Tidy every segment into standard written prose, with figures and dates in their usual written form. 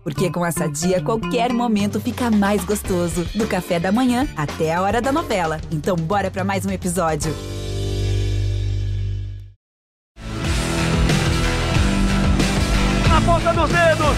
Porque com a Sadia, qualquer momento fica mais gostoso. Do café da manhã até a hora da novela. Então bora pra mais um episódio. Na ponta dos dedos!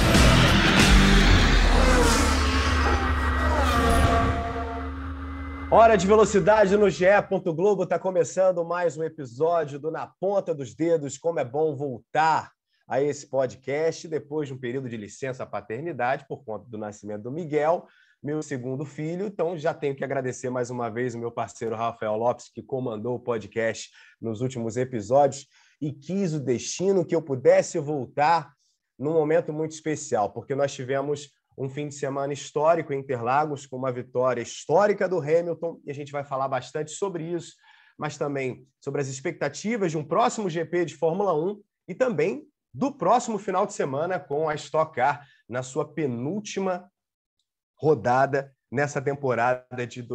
Hora de velocidade no GE. Globo. Está começando mais um episódio do Na Ponta dos Dedos. Como é bom voltar a esse podcast depois de um período de licença paternidade por conta do nascimento do Miguel, meu segundo filho. Então já tenho que agradecer mais uma vez o meu parceiro Rafael Lopes, que comandou o podcast nos últimos episódios e quis o destino que eu pudesse voltar num momento muito especial, porque nós tivemos um fim de semana histórico em Interlagos, com uma vitória histórica do Hamilton, e a gente vai falar bastante sobre isso, mas também sobre as expectativas de um próximo GP de Fórmula 1 e também do próximo final de semana com a Stock Car na sua penúltima rodada nessa temporada de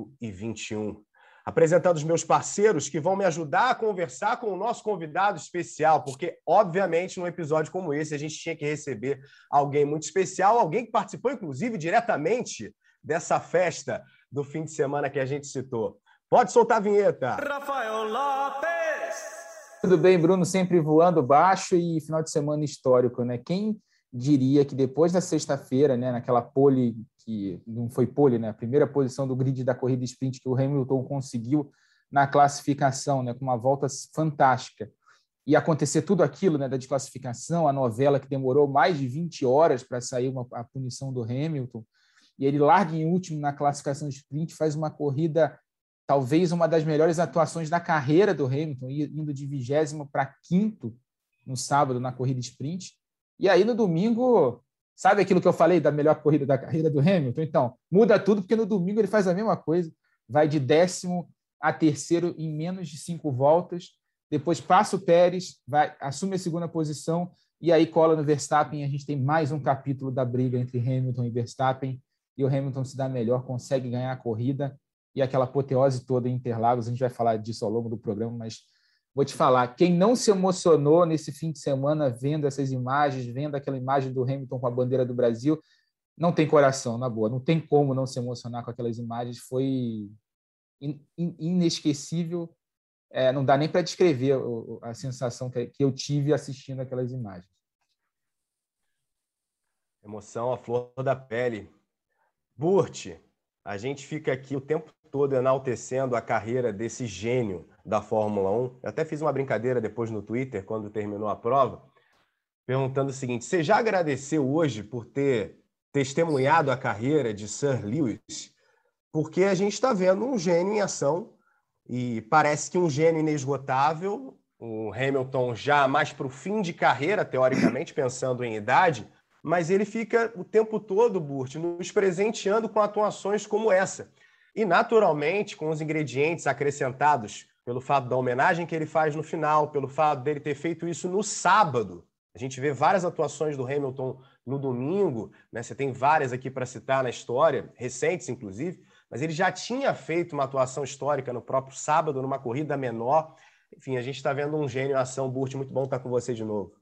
2021. Apresentando os meus parceiros que vão me ajudar a conversar com o nosso convidado especial, porque, obviamente, num episódio como esse, a gente tinha que receber alguém muito especial, alguém que participou, inclusive, diretamente dessa festa do fim de semana que a gente citou. Pode soltar a vinheta. Rafael Lopes! Tudo bem, Bruno? Sempre voando baixo e final de semana histórico, né? Quem diria que depois da sexta-feira, né, naquela pole, que não foi pole, né, a primeira posição do grid da corrida sprint que o Hamilton conseguiu na classificação, né, com uma volta fantástica, e acontecer tudo aquilo, né, da desclassificação, a novela que demorou mais de 20 horas para sair a punição do Hamilton, e ele larga em último na classificação sprint, faz uma corrida, talvez uma das melhores atuações da carreira do Hamilton, indo de 20º para 5º no sábado na corrida sprint. E aí, no domingo, sabe aquilo que eu falei da melhor corrida da carreira do Hamilton? Então, muda tudo, porque no domingo ele faz a mesma coisa, vai de 10º a 3º em menos de 5 voltas, depois passa o Pérez, assume a segunda posição, e aí cola no Verstappen, e a gente tem mais um capítulo da briga entre Hamilton e Verstappen, e o Hamilton se dá melhor, consegue ganhar a corrida, e aquela apoteose toda em Interlagos, a gente vai falar disso ao longo do programa, mas vou te falar, quem não se emocionou nesse fim de semana vendo essas imagens, vendo aquela imagem do Hamilton com a bandeira do Brasil, não tem coração, na boa, não tem como não se emocionar com aquelas imagens, foi inesquecível, não dá nem para descrever a sensação que eu tive assistindo aquelas imagens. Emoção à flor da pele. Burt, a gente fica aqui o tempo todo enaltecendo a carreira desse gênio da Fórmula 1. Eu até fiz uma brincadeira depois no Twitter, quando terminou a prova, perguntando o seguinte: você já agradeceu hoje por ter testemunhado a carreira de Sir Lewis? Porque a gente está vendo um gênio em ação e parece que um gênio inesgotável, o Hamilton já mais para o fim de carreira, teoricamente, pensando em idade, mas ele fica o tempo todo, Burt, nos presenteando com atuações como essa. E, naturalmente, com os ingredientes acrescentados pelo fato da homenagem que ele faz no final, pelo fato dele ter feito isso no sábado. A gente vê várias atuações do Hamilton no domingo, né? Você tem várias aqui para citar na história, recentes inclusive, mas ele já tinha feito uma atuação histórica no próprio sábado, numa corrida menor. Enfim, a gente está vendo um gênio em ação. Burt, muito bom estar com você de novo.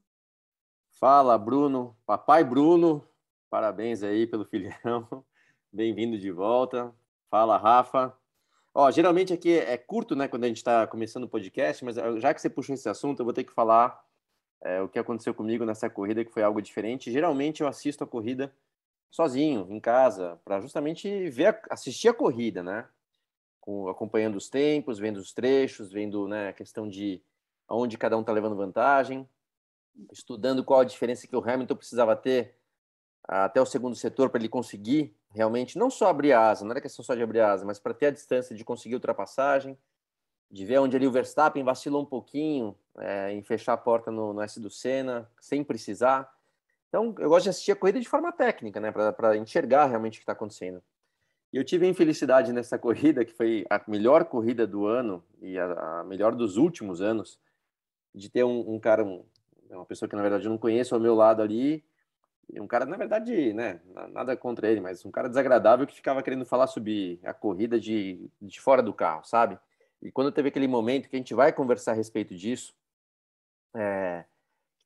Fala, Bruno. Papai Bruno, parabéns aí pelo filhão. Bem-vindo de volta. Fala, Rafa. Geralmente aqui é curto, né, quando a gente está começando o podcast, mas já que você puxou esse assunto, eu vou ter que falar o que aconteceu comigo nessa corrida, que foi algo diferente. Geralmente eu assisto a corrida sozinho, em casa, para justamente assistir a corrida, né? Acompanhando os tempos, vendo os trechos, vendo, né, a questão de onde cada um está levando vantagem, estudando qual a diferença que o Hamilton precisava ter até o segundo setor para ele conseguir realmente, não só abrir a asa, não era questão só de abrir a asa, mas para ter a distância de conseguir ultrapassagem, de ver onde ali o Verstappen vacilou um pouquinho em fechar a porta no S do Senna, sem precisar. Então, eu gosto de assistir a corrida de forma técnica, né, para enxergar realmente o que está acontecendo. E eu tive a infelicidade nessa corrida, que foi a melhor corrida do ano e a melhor dos últimos anos, de ter um cara, uma pessoa que na verdade eu não conheço ao meu lado ali, um cara, na verdade, né, nada contra ele, mas um cara desagradável que ficava querendo falar sobre a corrida de fora do carro, sabe? E quando teve aquele momento que a gente vai conversar a respeito disso,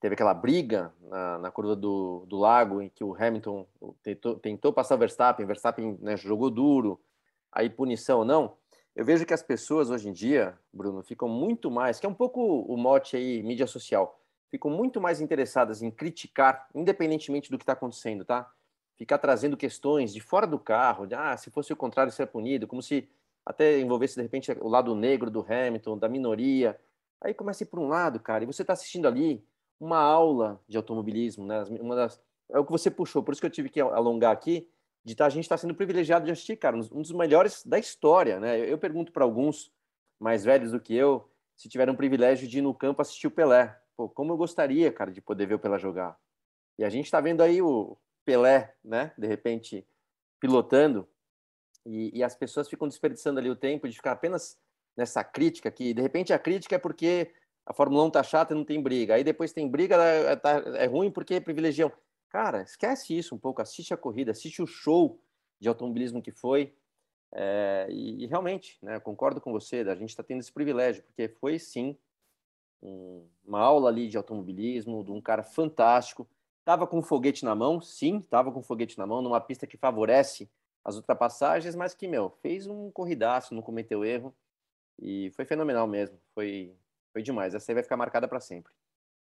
teve aquela briga na curva do lago, em que o Hamilton tentou passar o Verstappen, né, jogou duro, aí punição ou não. Eu vejo que as pessoas hoje em dia, Bruno, ficam muito mais, que é um pouco o mote aí, mídia social, ficam muito mais interessadas em criticar, independentemente do que está acontecendo, tá? Ficar trazendo questões de fora do carro, se fosse o contrário, isso é punido, como se até envolvesse, de repente, o lado negro do Hamilton, da minoria. Aí começa a ir para um lado, cara, e você está assistindo ali uma aula de automobilismo, né? É o que você puxou, por isso que eu tive que alongar aqui, a gente está sendo privilegiado de assistir, cara, um dos melhores da história, né? Eu pergunto para alguns mais velhos do que eu, se tiveram o privilégio de ir no campo assistir o Pelé. Pô, como eu gostaria, cara, de poder ver o Pelé jogar. E a gente está vendo aí o Pelé, né? De repente, pilotando, e as pessoas ficam desperdiçando ali o tempo de ficar apenas nessa crítica, que de repente a crítica é porque a Fórmula 1 tá chata e não tem briga. Aí depois tem briga, é ruim porque privilegiam. Cara, esquece isso um pouco, assiste a corrida, assiste o show de automobilismo que foi. E realmente, né, concordo com você, a gente está tendo esse privilégio, porque foi sim uma aula ali de automobilismo, de um cara fantástico. Tava com um foguete na mão, sim, tava com um foguete na mão, numa pista que favorece as ultrapassagens, mas que, fez um corridaço, não cometeu erro, e foi fenomenal mesmo, foi demais. Essa aí vai ficar marcada para sempre.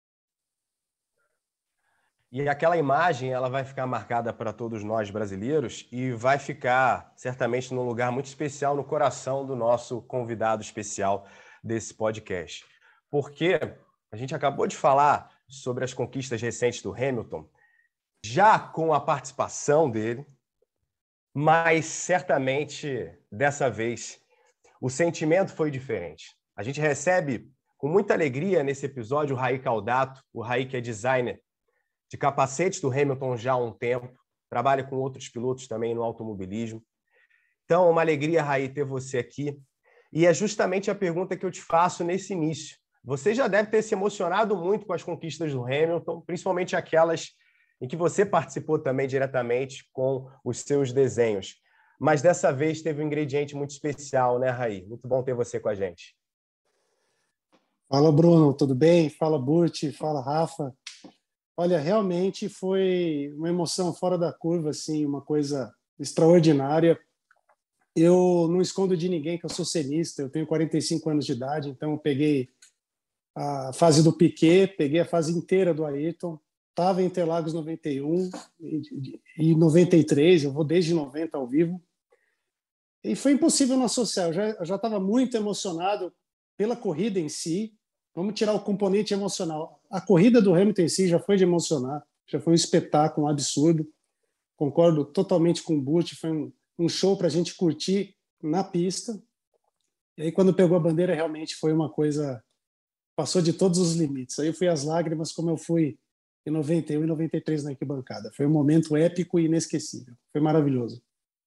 E aquela imagem, ela vai ficar marcada para todos nós brasileiros e vai ficar certamente num lugar muito especial no coração do nosso convidado especial desse podcast. Porque a gente acabou de falar sobre as conquistas recentes do Hamilton, já com a participação dele, mas certamente dessa vez o sentimento foi diferente. A gente recebe com muita alegria nesse episódio o Raí Caldato, o Raí que é designer de capacetes do Hamilton já há um tempo, trabalha com outros pilotos também no automobilismo. Então, é uma alegria, Raí, ter você aqui. E é justamente a pergunta que eu te faço nesse início. Você já deve ter se emocionado muito com as conquistas do Hamilton, principalmente aquelas em que você participou também diretamente com os seus desenhos. Mas dessa vez teve um ingrediente muito especial, né, Raí? Muito bom ter você com a gente. Fala, Bruno, tudo bem? Fala, Burt, fala, Rafa. Olha, realmente foi uma emoção fora da curva, assim, uma coisa extraordinária. Eu não escondo de ninguém que eu sou cenista, eu tenho 45 anos de idade, então eu peguei a fase do Piquet, peguei a fase inteira do Ayrton, estava em Interlagos 91 e 93, eu vou desde 90 ao vivo, e foi impossível não associar. Eu já estava muito emocionado pela corrida em si. Vamos tirar o componente emocional. A corrida do Hamilton em si já foi de emocionar, já foi um espetáculo, um absurdo. Concordo totalmente com o Burt, foi um show para a gente curtir na pista. E aí, quando pegou a bandeira, realmente foi uma coisa... Passou de todos os limites. Aí eu fui às lágrimas, como eu fui em 91 e 93 na arquibancada. Foi um momento épico e inesquecível. Foi maravilhoso.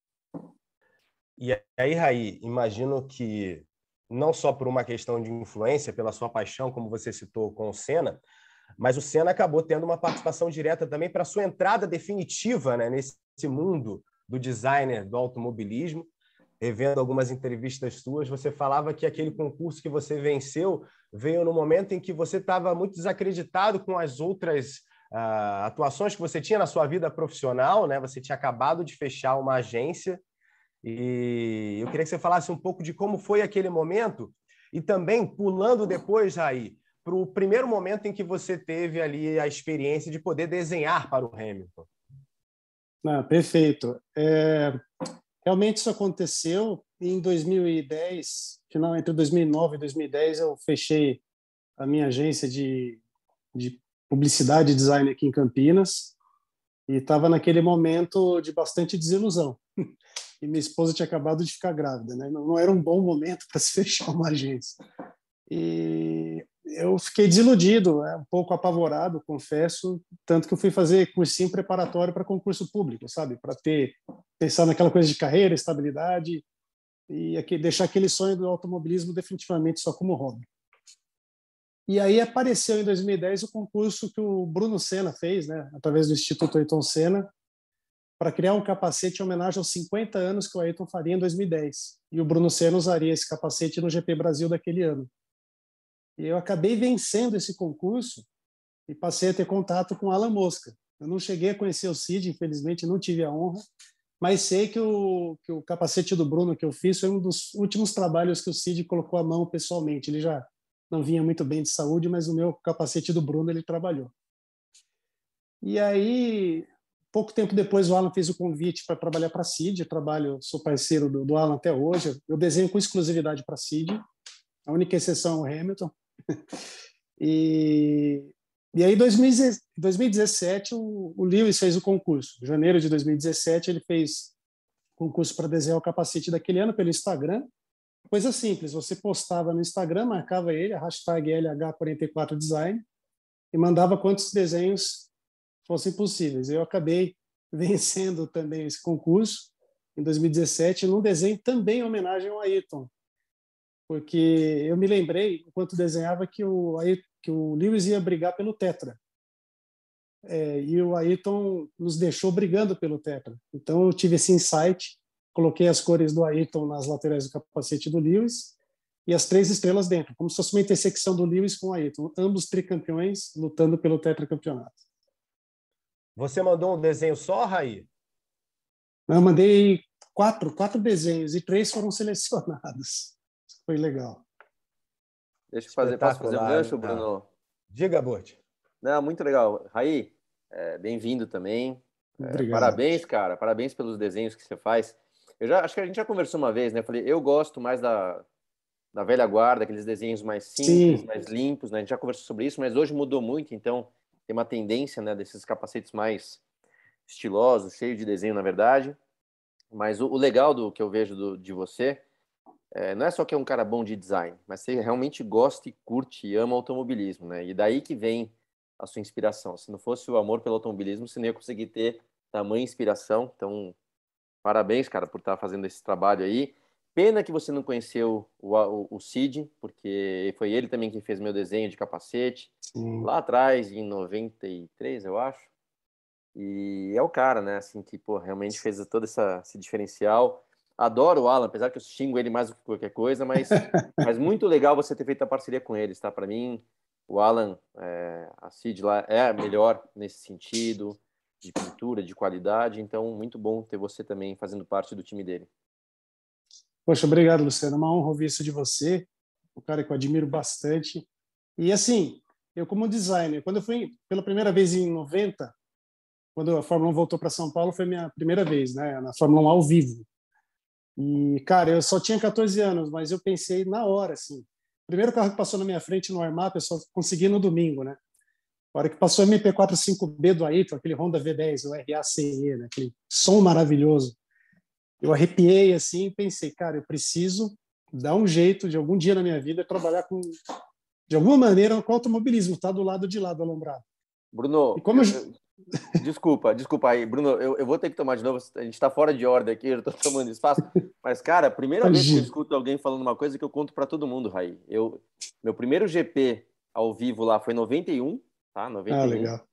E aí, Raí, imagino que não só por uma questão de influência, pela sua paixão, como você citou com o Senna, mas o Senna acabou tendo uma participação direta também para a sua entrada definitiva, né, nesse mundo do designer do automobilismo. Revendo algumas entrevistas suas, você falava que aquele concurso que você venceu veio no momento em que você estava muito desacreditado com as outras atuações que você tinha na sua vida profissional, né? Você tinha acabado de fechar uma agência, e eu queria que você falasse um pouco de como foi aquele momento e também pulando depois, Raí, para o primeiro momento em que você teve ali a experiência de poder desenhar para o Hamilton. Perfeito. Realmente isso aconteceu em 2010, entre 2009 e 2010 eu fechei a minha agência de publicidade e design aqui em Campinas e estava naquele momento de bastante desilusão. E minha esposa tinha acabado de ficar grávida, né? Não era um bom momento para se fechar uma agência. E eu fiquei desiludido, um pouco apavorado, confesso, tanto que eu fui fazer cursinho preparatório para concurso público, sabe? Para pensar naquela coisa de carreira, estabilidade e deixar aquele sonho do automobilismo definitivamente só como hobby. E aí apareceu em 2010 o concurso que o Bruno Senna fez, né? Através do Instituto Ayrton Senna, para criar um capacete em homenagem aos 50 anos que o Ayrton faria em 2010. E o Bruno Senna usaria esse capacete no GP Brasil daquele ano. E eu acabei vencendo esse concurso e passei a ter contato com o Alan Mosca. Eu não cheguei a conhecer o Cid, infelizmente, não tive a honra, mas sei que o capacete do Bruno que eu fiz foi um dos últimos trabalhos que o Cid colocou a mão pessoalmente. Ele já não vinha muito bem de saúde, mas o meu capacete do Bruno ele trabalhou. E aí, pouco tempo depois, o Alan fez o convite para trabalhar para a Cid. Sou parceiro do Alan até hoje. Eu desenho com exclusividade para a Cid. A única exceção é o Hamilton. E aí, em 2017, o Lewis fez o concurso. Em janeiro de 2017, ele fez concurso para desenhar o capacete daquele ano pelo Instagram. Coisa simples, você postava no Instagram, marcava ele, a hashtag LH44Design, e mandava quantos desenhos fossem possíveis. Eu acabei vencendo também esse concurso em 2017, num desenho também em homenagem ao Ayrton, porque eu me lembrei, enquanto desenhava, que o Lewis ia brigar pelo Tetra. E o Ayrton nos deixou brigando pelo Tetra. Então eu tive esse insight, coloquei as cores do Ayrton nas laterais do capacete do Lewis e as 3 estrelas dentro, como se fosse uma intersecção do Lewis com o Ayrton, ambos tricampeões lutando pelo tetracampeonato. Você mandou um desenho só, Raí? Eu mandei 4 desenhos e 3 foram selecionados. Isso foi legal. Deixa eu fazer, posso fazer um gancho, Bruno? Diga, Burt. Não, muito legal. Raí, bem-vindo também. Obrigado. Parabéns, cara. Parabéns pelos desenhos que você faz. Acho que a gente já conversou uma vez, né? Eu falei, eu gosto mais da velha guarda, aqueles desenhos mais simples, Sim, mais limpos, né? A gente já conversou sobre isso, mas hoje mudou muito, então tem uma tendência, né, desses capacetes mais estilosos, cheios de desenho, na verdade. Mas o legal do que eu vejo de você não é só que é um cara bom de design, mas você realmente gosta e curte e ama automobilismo, né? E daí que vem a sua inspiração. Se não fosse o amor pelo automobilismo, você não ia conseguir ter tamanha inspiração. Então, parabéns, cara, por estar fazendo esse trabalho aí. Pena que você não conheceu o Cid, porque foi ele também quem fez meu desenho de capacete, sim. lá atrás, em 93, eu acho. E é o cara, né, assim, que, pô, realmente fez todo esse diferencial. Adoro o Alan, apesar que eu xingo ele mais do que qualquer coisa, mas muito legal você ter feito a parceria com eles, tá? Para mim, o Alan, a Cid lá é a melhor nesse sentido, de pintura, de qualidade, então muito bom ter você também fazendo parte do time dele. Poxa, obrigado, Luciano. É uma honra ouvir isso de você, um cara que eu admiro bastante. E assim, eu como designer, quando eu fui pela primeira vez em 90, quando a Fórmula 1 voltou para São Paulo, foi minha primeira vez, né, na Fórmula 1 ao vivo. E, cara, eu só tinha 14 anos, mas eu pensei na hora, assim. O primeiro carro que passou na minha frente no warm-up, eu só consegui no domingo, né? A hora que passou o MP45B do Ayrton, aquele Honda V10, o RACE, né? Aquele som maravilhoso. Eu arrepiei assim e pensei, cara, eu preciso dar um jeito de algum dia na minha vida trabalhar de alguma maneira com automobilismo, tá do lado de lá do alambrado. Bruno, desculpa aí, Bruno, eu vou ter que tomar de novo, a gente está fora de ordem aqui, eu estou tomando espaço, mas cara, a primeira vez que eu escuto alguém falando uma coisa que eu conto para todo mundo, Raí, meu primeiro GP ao vivo lá foi em 91, tá? 91. Ah, legal.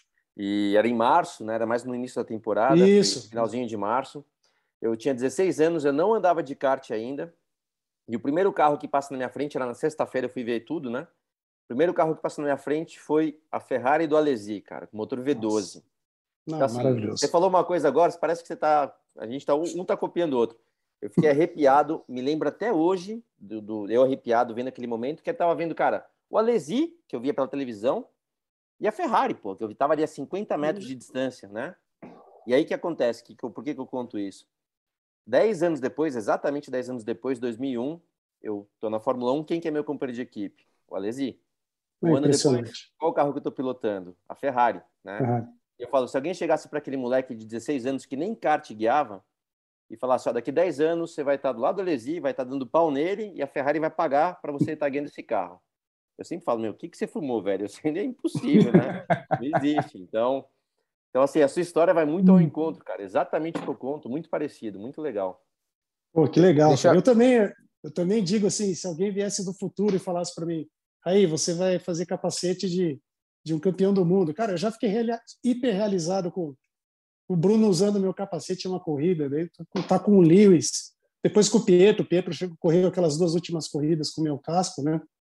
E era em março, né? Era mais no início da temporada, isso, finalzinho de março. Eu tinha 16 anos, eu não andava de kart ainda. E o primeiro carro que passa na minha frente, era na sexta-feira, eu fui ver tudo, né? O primeiro carro que passou na minha frente foi a Ferrari do Alesi, cara, com motor V12. Não, então, assim, maravilhoso. Você falou uma coisa agora, parece que a gente um tá copiando o outro. Eu fiquei arrepiado, me lembro até hoje, eu arrepiado vendo aquele momento, que eu tava vendo, cara, o Alesi, que eu via pela televisão, e a Ferrari, pô, que eu tava ali a 50 metros de distância, né? E aí o que acontece? Por que eu conto isso? 10 anos depois, exatamente 10 anos depois, 2001, eu tô na Fórmula 1, quem que é meu companheiro de equipe? O Alesi. Um ano depois, qual carro que eu tô pilotando? A Ferrari, né? Uhum. Eu falo, se alguém chegasse para aquele moleque de 16 anos que nem kart guiava e falasse, ó, daqui 10 anos você vai estar do lado do Alesi, vai estar dando pau nele e a Ferrari vai pagar para você estar guiando esse carro. Eu sempre falo, meu, o que você fumou, velho? Isso ainda é impossível, né? Não existe. Então, assim, a sua história vai muito ao encontro, cara. Exatamente o que eu conto, muito parecido, muito legal. Pô, que legal. Eu também digo assim, se alguém viesse do futuro e falasse para mim, aí você vai fazer capacete de um campeão do mundo. Cara, eu já fiquei hiper realizado com o Bruno usando meu capacete em uma corrida, daí tá com o Lewis, depois com o Pietro correu aquelas 2 últimas corridas com o meu casco, né?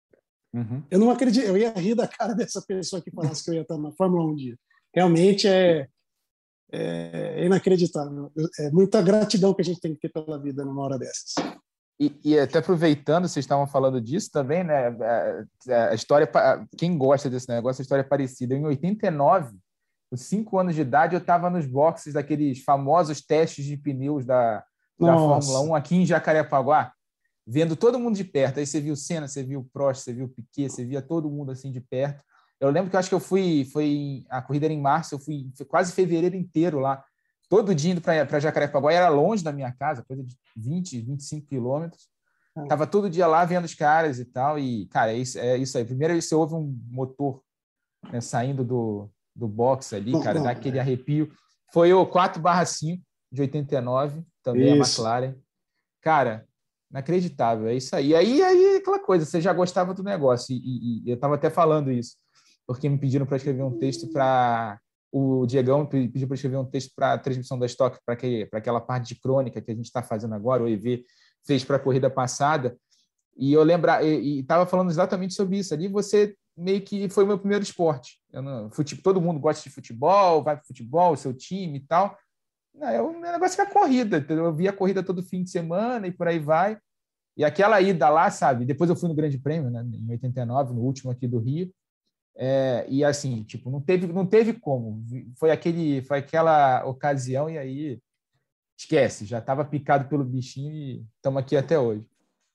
Eu não acredito, eu ia rir da cara dessa pessoa que falasse que eu ia estar na Fórmula 1 um dia. Realmente é inacreditável. É muita gratidão que a gente tem que ter pela vida numa hora dessas. E até aproveitando, vocês estavam falando disso também, né? A história, quem gosta desse negócio, a história é parecida. Em 89, com 5 anos de idade, eu estava nos boxes daqueles famosos testes de pneus da Fórmula 1 aqui em Jacarepaguá, vendo todo mundo de perto. Aí você viu o Senna, você viu o Prost, você viu o Piquet, você via todo mundo assim de perto. Eu lembro que eu acho que eu a corrida era em março, eu fui quase fevereiro inteiro lá, todo dia indo para Jacarepaguá, era longe da minha casa, coisa de 20, 25 quilômetros. Tava todo dia lá vendo os caras e tal, e, cara, é isso aí. Primeiro você ouve um motor, né, saindo do box ali, cara, dá aquele arrepio. Foi o 4/5 de 89, também isso. A McLaren. Cara, inacreditável, é isso aí. Aí aquela coisa, você já gostava do negócio, e eu estava até falando isso, porque me pediram para escrever um texto para... O Diegão pediu para escrever um texto para a transmissão da Stock, para aquela parte de crônica que a gente está fazendo agora, o EV fez para a corrida passada, e eu estava falando exatamente sobre isso. Ali você meio que foi o meu primeiro esporte. Todo mundo gosta de futebol, vai para futebol, seu time e tal. Não, o negócio é a corrida, entendeu? Eu via a corrida todo fim de semana e por aí vai. E aquela ida lá, sabe? Depois eu fui no Grande Prêmio, né, em 89, no último aqui do Rio. E assim, tipo, não teve como. Foi aquela ocasião e aí esquece, já estava picado pelo bichinho e estamos aqui até hoje.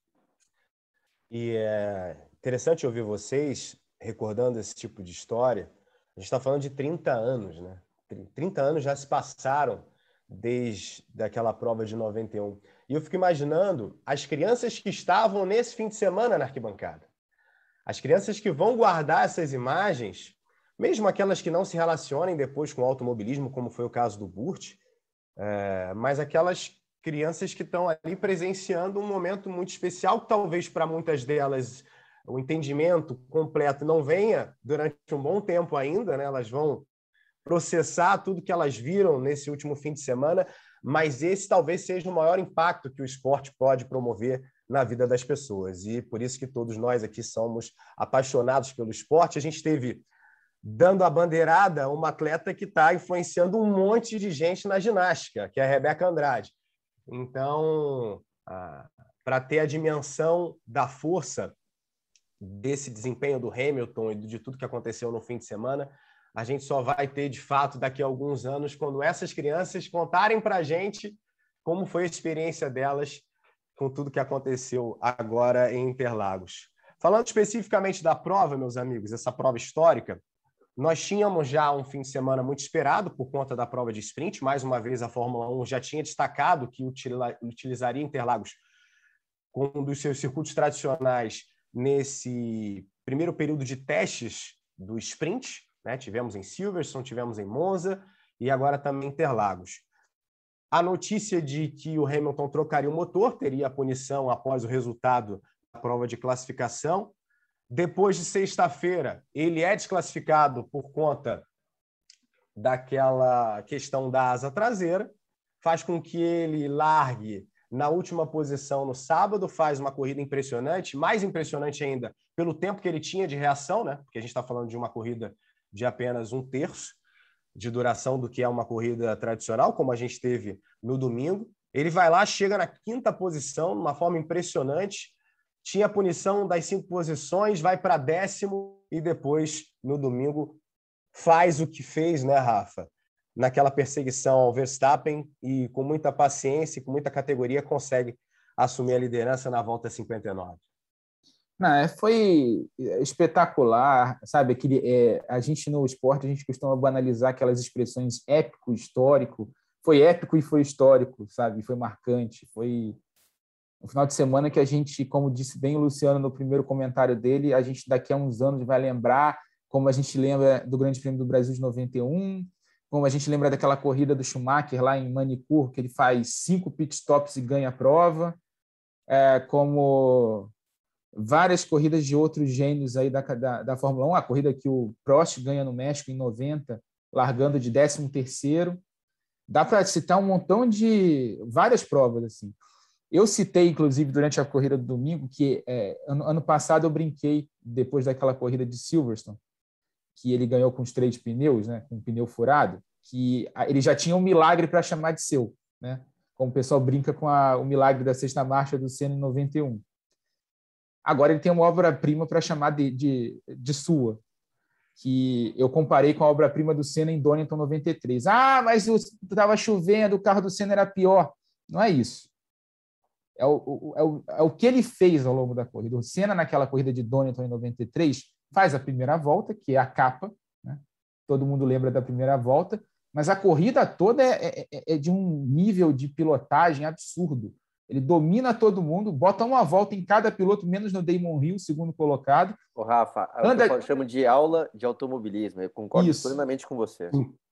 E é interessante ouvir vocês recordando esse tipo de história. A gente está falando de 30 anos, né? 30 anos já se passaram desde aquela prova de 91. E eu fico imaginando as crianças que estavam nesse fim de semana na arquibancada. As crianças que vão guardar essas imagens, mesmo aquelas que não se relacionem depois com o automobilismo, como foi o caso do Burt, mas aquelas crianças que estão ali presenciando um momento muito especial, que talvez para muitas delas o entendimento completo não venha durante um bom tempo ainda, né? Elas vão processar tudo que elas viram nesse último fim de semana, mas esse talvez seja o maior impacto que o esporte pode promover na vida das pessoas. E por isso que todos nós aqui somos apaixonados pelo esporte. A gente teve, dando a bandeirada, uma atleta que está influenciando um monte de gente na ginástica, que é a Rebeca Andrade. Então, para ter a dimensão da força desse desempenho do Hamilton e de tudo que aconteceu no fim de semana, a gente só vai ter, de fato, daqui a alguns anos, quando essas crianças contarem para a gente como foi a experiência delas com tudo que aconteceu agora em Interlagos. Falando especificamente da prova, meus amigos, essa prova histórica, nós tínhamos já um fim de semana muito esperado por conta da prova de sprint. Mais uma vez, a Fórmula 1 já tinha destacado que utilizaria Interlagos como um dos seus circuitos tradicionais nesse primeiro período de testes do sprint, né? Tivemos em Silverstone, tivemos em Monza e agora também Interlagos. A notícia de que o Hamilton trocaria o motor, teria a punição após o resultado da prova de classificação. Depois de sexta-feira, ele é desclassificado por conta daquela questão da asa traseira, faz com que ele largue na última posição no sábado, faz uma corrida impressionante, mais impressionante ainda pelo tempo que ele tinha de reação, né? Porque a gente está falando de uma corrida de apenas 1/3 de duração do que é uma corrida tradicional, como a gente teve no domingo. Ele vai lá, chega na 5ª posição, de uma forma impressionante, tinha a punição das 5 posições, vai para 10º e depois, no domingo, faz o que fez, né, Rafa? Naquela perseguição ao Verstappen e com muita paciência e com muita categoria consegue assumir a liderança na volta 59. Não, foi espetacular, sabe? A gente no esporte, a gente costuma banalizar aquelas expressões épico, histórico. Foi épico e foi histórico, sabe? Foi marcante. Foi um final de semana que a gente, como disse bem o Luciano no primeiro comentário dele, a gente daqui a uns anos vai lembrar, como a gente lembra do Grande Prêmio do Brasil de 91, como a gente lembra daquela corrida do Schumacher lá em Manicourt, que ele faz 5 pitstops e ganha a prova, como várias corridas de outros gênios aí da Fórmula 1, a corrida que o Prost ganha no México em 90, largando de 13º. Dá para citar um montão de várias provas assim. Eu citei, inclusive, durante a corrida do domingo, que ano passado eu brinquei, depois daquela corrida de Silverstone, que ele ganhou com os 3 pneus, né, com o pneu furado, que ele já tinha um milagre para chamar de seu, né? Como o pessoal brinca com o milagre da sexta marcha do Senna em 91. Agora ele tem uma obra-prima para chamar de sua, que eu comparei com a obra-prima do Senna em Donington 93. Mas estava chovendo, o carro do Senna era pior. Não é isso. É o que ele fez ao longo da corrida. O Senna, naquela corrida de Donington em 93, faz a primeira volta, que é a capa, né? Todo mundo lembra da primeira volta, mas a corrida toda é de um nível de pilotagem absurdo. Ele domina todo mundo, bota uma volta em cada piloto, menos no Damon Hill, segundo colocado. Ô, Rafa, eu chamo de aula de automobilismo. Eu concordo plenamente com você.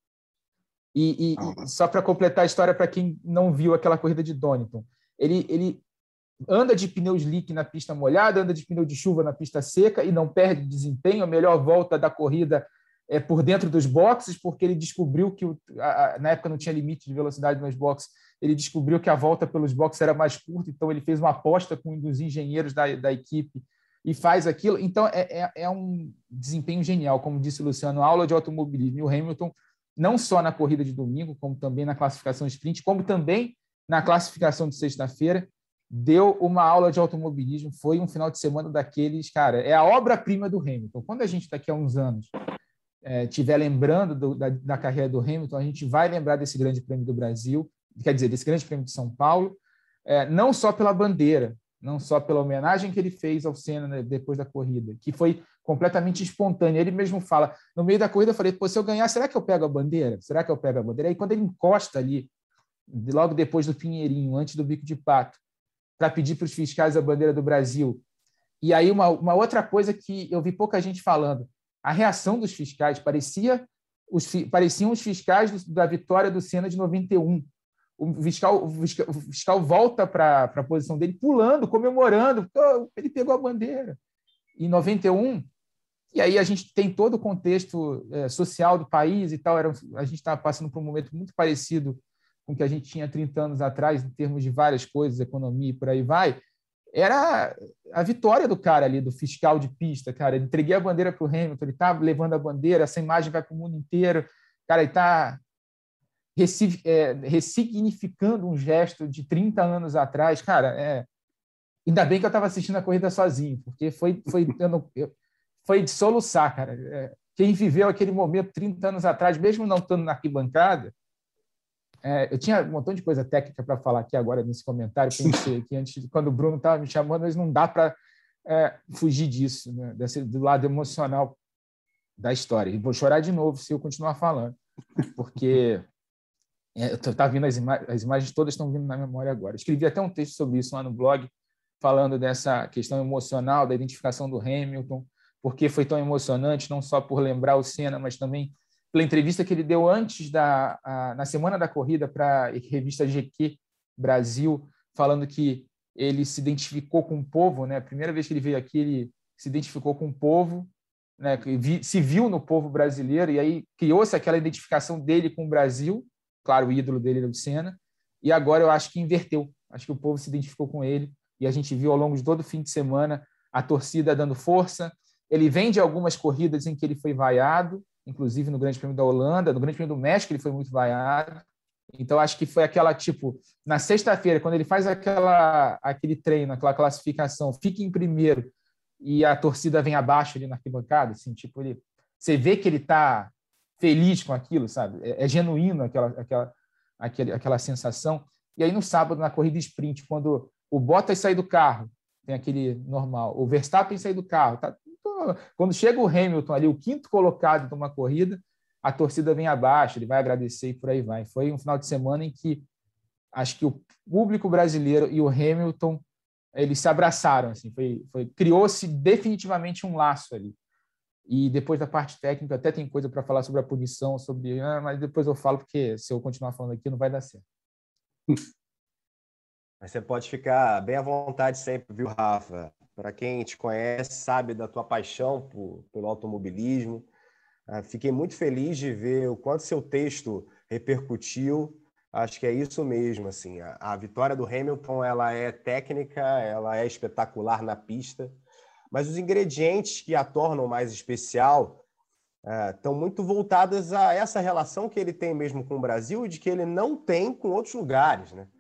E só para completar a história, para quem não viu aquela corrida de Donington, ele anda de pneu slick na pista molhada, anda de pneu de chuva na pista seca e não perde desempenho. A melhor volta da corrida é por dentro dos boxes, porque ele descobriu que, na época não tinha limite de velocidade nos boxes, ele descobriu que a volta pelos boxes era mais curta, então ele fez uma aposta com um dos engenheiros da equipe e faz aquilo. Então, é um desempenho genial, como disse o Luciano, aula de automobilismo. E o Hamilton, não só na corrida de domingo, como também na classificação sprint, como também na classificação de sexta-feira, deu uma aula de automobilismo. Foi um final de semana daqueles, cara, é a obra-prima do Hamilton. Quando a gente daqui a uns anos estiver lembrando da carreira do Hamilton, a gente vai lembrar desse Grande Prêmio do Brasil, quer dizer, desse Grande Prêmio de São Paulo, não só pela bandeira, não só pela homenagem que ele fez ao Senna, né, depois da corrida, que foi completamente espontânea. Ele mesmo fala, no meio da corrida, eu falei, se eu ganhar, será que eu pego a bandeira? Será que eu pego a bandeira? Aí quando ele encosta ali, logo depois do Pinheirinho, antes do Bico de Pato, para pedir para os fiscais a bandeira do Brasil. E aí uma outra coisa que eu vi pouca gente falando, a reação dos fiscais pareciam os fiscais da vitória do Senna de 91. O fiscal volta para a posição dele, pulando, comemorando. Ele pegou a bandeira. Em 91, e aí a gente tem todo o contexto social do país e tal. A gente estava passando por um momento muito parecido com o que a gente tinha 30 anos atrás, em termos de várias coisas, economia e por aí vai. Era a vitória do cara ali, do fiscal de pista, cara. Ele entreguei a bandeira para o Hamilton, ele está levando a bandeira, essa imagem vai para o mundo inteiro. Cara, ele está ressignificando um gesto de 30 anos atrás. Cara, ainda bem que eu estava assistindo a corrida sozinho, porque foi de soluçar, cara. Quem viveu aquele momento 30 anos atrás, mesmo não estando na arquibancada, eu tinha um montão de coisa técnica para falar aqui agora nesse comentário. Pensei que antes, quando o Bruno estava me chamando, mas não dá para fugir disso, né? Do lado emocional da história. E vou chorar de novo se eu continuar falando, porque tá vindo as imagens todas estão vindo na memória agora. Escrevi até um texto sobre isso lá no blog, falando dessa questão emocional, da identificação do Hamilton, porque foi tão emocionante, não só por lembrar o Senna, mas também pela entrevista que ele deu antes na semana da corrida para a revista GQ Brasil, falando que ele se identificou com o povo, né? A primeira vez que ele veio aqui, ele se identificou com o povo, né? Se viu no povo brasileiro, e aí criou-se aquela identificação dele com o Brasil, claro, o ídolo dele era o Senna, e agora eu acho que inverteu, acho que o povo se identificou com ele, e a gente viu ao longo de todo o fim de semana a torcida dando força. Ele vem de algumas corridas em que ele foi vaiado, inclusive no Grande Prêmio da Holanda, no Grande Prêmio do México ele foi muito vaiado. Então, acho que foi aquela, na sexta-feira, quando ele faz aquele treino, aquela classificação, fica em primeiro e a torcida vem abaixo ali na arquibancada, assim, você vê que ele está feliz com aquilo, sabe? É genuíno aquela sensação. E aí, no sábado, na corrida sprint, quando o Bottas sai do carro, tem aquele normal, o Verstappen sai do carro, quando chega o Hamilton ali, o quinto colocado de uma corrida, a torcida vem abaixo, ele vai agradecer e por aí vai. Foi um final de semana em que acho que o público brasileiro e o Hamilton, eles se abraçaram, assim, criou-se definitivamente um laço ali. E depois da parte técnica, até tem coisa para falar sobre a punição, mas depois eu falo, porque se eu continuar falando aqui não vai dar certo. Mas você pode ficar bem à vontade sempre, viu, Rafa? Para quem te conhece, sabe da tua paixão pelo automobilismo. Fiquei muito feliz de ver o quanto seu texto repercutiu Acho que é isso mesmo, assim. A vitória do Hamilton, ela é técnica, ela é espetacular na pista, mas os ingredientes que a tornam mais especial estão muito voltados a essa relação que ele tem mesmo com o Brasil e de que ele não tem com outros lugares, né?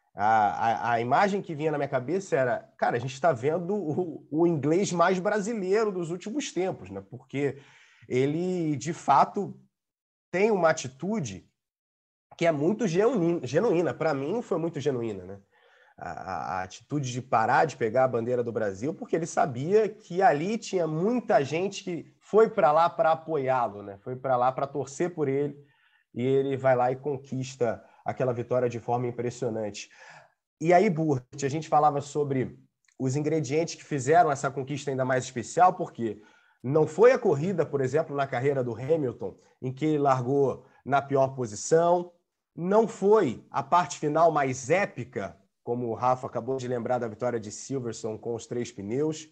A imagem que vinha na minha cabeça era, cara, a gente está vendo o inglês mais brasileiro dos últimos tempos, né? Porque ele, de fato, tem uma atitude que é muito genuína. Para mim, foi muito genuína, né? A atitude de parar de pegar a bandeira do Brasil, porque ele sabia que ali tinha muita gente que foi para lá para apoiá-lo, né? Foi para lá para torcer por ele, e ele vai lá e conquista aquela vitória de forma impressionante. E aí, Burt, a gente falava sobre os ingredientes que fizeram essa conquista ainda mais especial, porque não foi a corrida, por exemplo, na carreira do Hamilton, em que ele largou na pior posição, não foi a parte final mais épica, como o Rafa acabou de lembrar da vitória de Silverstone com os 3 pneus,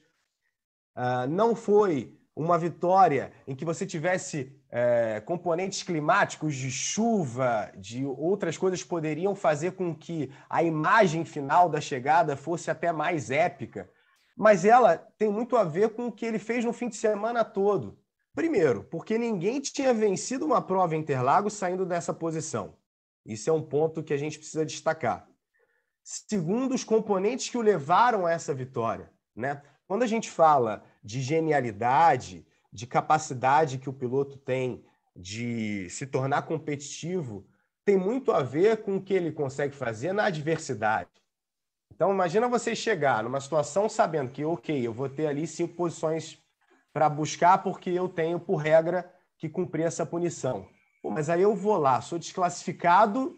não foi uma vitória em que você tivesse componentes climáticos de chuva, de outras coisas que poderiam fazer com que a imagem final da chegada fosse até mais épica, mas ela tem muito a ver com o que ele fez no fim de semana todo. Primeiro, porque ninguém tinha vencido uma prova em Interlagos saindo dessa posição. Isso é um ponto que a gente precisa destacar. Segundo, os componentes que o levaram a essa vitória, né? Quando a gente fala de genialidade, de capacidade que o piloto tem de se tornar competitivo, tem muito a ver com o que ele consegue fazer na adversidade. Então, imagina você chegar numa situação sabendo que, ok, eu vou ter ali 5 posições para buscar porque eu tenho, por regra, que cumprir essa punição. Pô, mas aí eu vou lá, sou desclassificado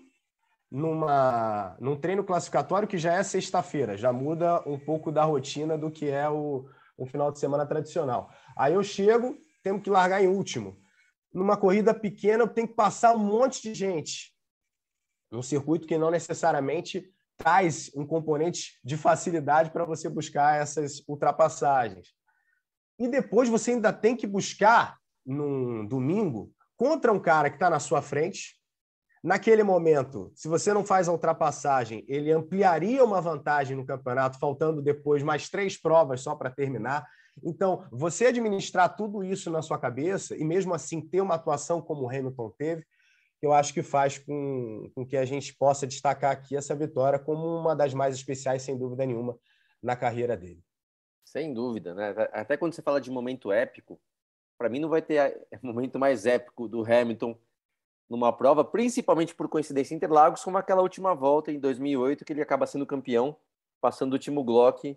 num treino classificatório que já é sexta-feira, já muda um pouco da rotina do que é o final de semana tradicional. Aí eu chego, tenho que largar em último. Numa corrida pequena, eu tenho que passar um monte de gente. Num circuito que não necessariamente traz um componente de facilidade para você buscar essas ultrapassagens. E depois você ainda tem que buscar, num domingo, contra um cara que está na sua frente. Naquele momento, se você não faz a ultrapassagem, ele ampliaria uma vantagem no campeonato, faltando depois mais 3 provas só para terminar. Então, você administrar tudo isso na sua cabeça e mesmo assim ter uma atuação como o Hamilton teve, eu acho que faz com que a gente possa destacar aqui essa vitória como uma das mais especiais, sem dúvida nenhuma, na carreira dele. Sem dúvida, né? Até quando você fala de momento épico, para mim não vai ter momento mais épico do Hamilton numa prova, principalmente por coincidência Interlagos, como aquela última volta em 2008, que ele acaba sendo campeão, passando o Timo Glock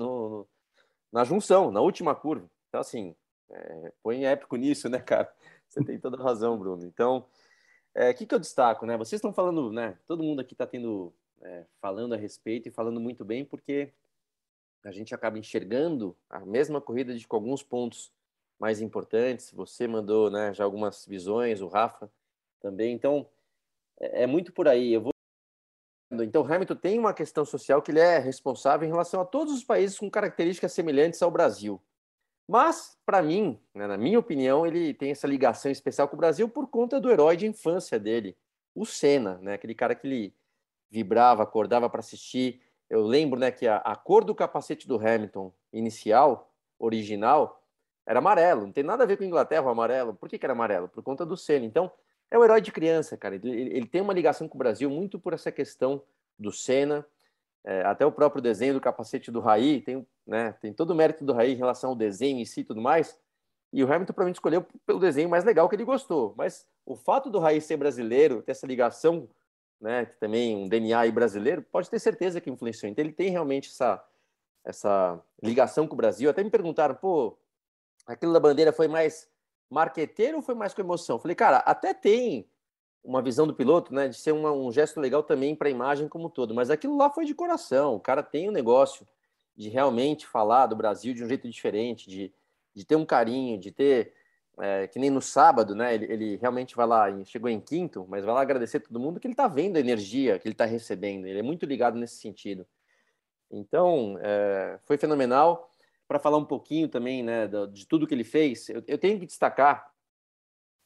na junção, na última curva. Então, assim, põe épico nisso, né, cara? Você tem toda a razão, Bruno. Então, o que eu destaco, né? Vocês estão falando, né? Todo mundo aqui está falando a respeito e falando muito bem, porque a gente acaba enxergando a mesma corrida com alguns pontos mais importantes. Você mandou, né, já algumas visões, o Rafa também. Então, é muito por aí. Então, Hamilton tem uma questão social que ele é responsável em relação a todos os países com características semelhantes ao Brasil. Mas, para mim, né, na minha opinião, ele tem essa ligação especial com o Brasil por conta do herói de infância dele, o Senna, né? Aquele cara que ele vibrava, acordava para assistir. Eu lembro, né, que a cor do capacete do Hamilton inicial, original, era amarelo. Não tem nada a ver com a Inglaterra, o amarelo. Por que era amarelo? Por conta do Senna. Então, é o herói de criança, cara. Ele tem uma ligação com o Brasil muito por essa questão do Senna. Até o próprio desenho do capacete do Raí tem todo o mérito do Raí em relação ao desenho em si e tudo mais. E o Hamilton, para mim, escolheu pelo desenho mais legal que ele gostou. Mas o fato do Raí ser brasileiro, ter essa ligação, né, que também um DNA aí brasileiro, pode ter certeza que influenciou. Então ele tem realmente essa ligação com o Brasil. Até me perguntaram, pô, aquilo da bandeira foi mais marqueteiro ou foi mais com emoção? Eu falei, cara, até tem uma visão do piloto, né, de ser um gesto legal também para a imagem como um todo, mas aquilo lá foi de coração. O cara tem um negócio de realmente falar do Brasil de um jeito diferente, de ter um carinho, de ter, que nem no sábado, né, ele realmente vai lá, chegou em quinto, mas vai lá agradecer todo mundo que ele tá vendo a energia que ele tá recebendo, ele é muito ligado nesse sentido. Então, foi fenomenal. Para falar um pouquinho também, né, de tudo que ele fez, eu tenho que destacar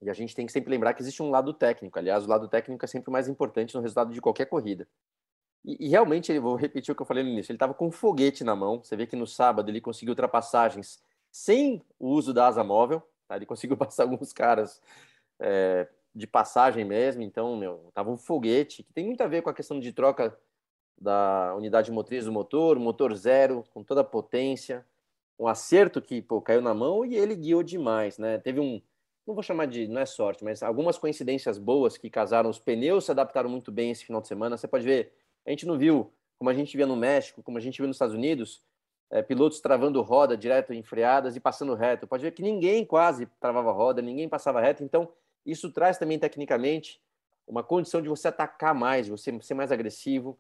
E a gente tem que sempre lembrar que existe um lado técnico. Aliás, o lado técnico é sempre o mais importante no resultado de qualquer corrida. E realmente, vou repetir o que eu falei no início, ele estava com um foguete na mão. Você vê que no sábado ele conseguiu ultrapassagens sem o uso da asa móvel. Tá? Ele conseguiu passar alguns caras de passagem mesmo. Então, tava um foguete, que tem muito a ver com a questão de troca da unidade motriz do motor zero, com toda a potência, um acerto que caiu na mão e ele guiou demais, né? Teve não vou chamar de, não é sorte, mas algumas coincidências boas que casaram. Os pneus se adaptaram muito bem esse final de semana. Você pode ver, a gente não viu, como a gente via no México, como a gente viu nos Estados Unidos, pilotos travando roda direto em freadas e passando reto. Pode ver que ninguém quase travava roda, ninguém passava reto. Então, isso traz também, tecnicamente, uma condição de você atacar mais, de você ser mais agressivo.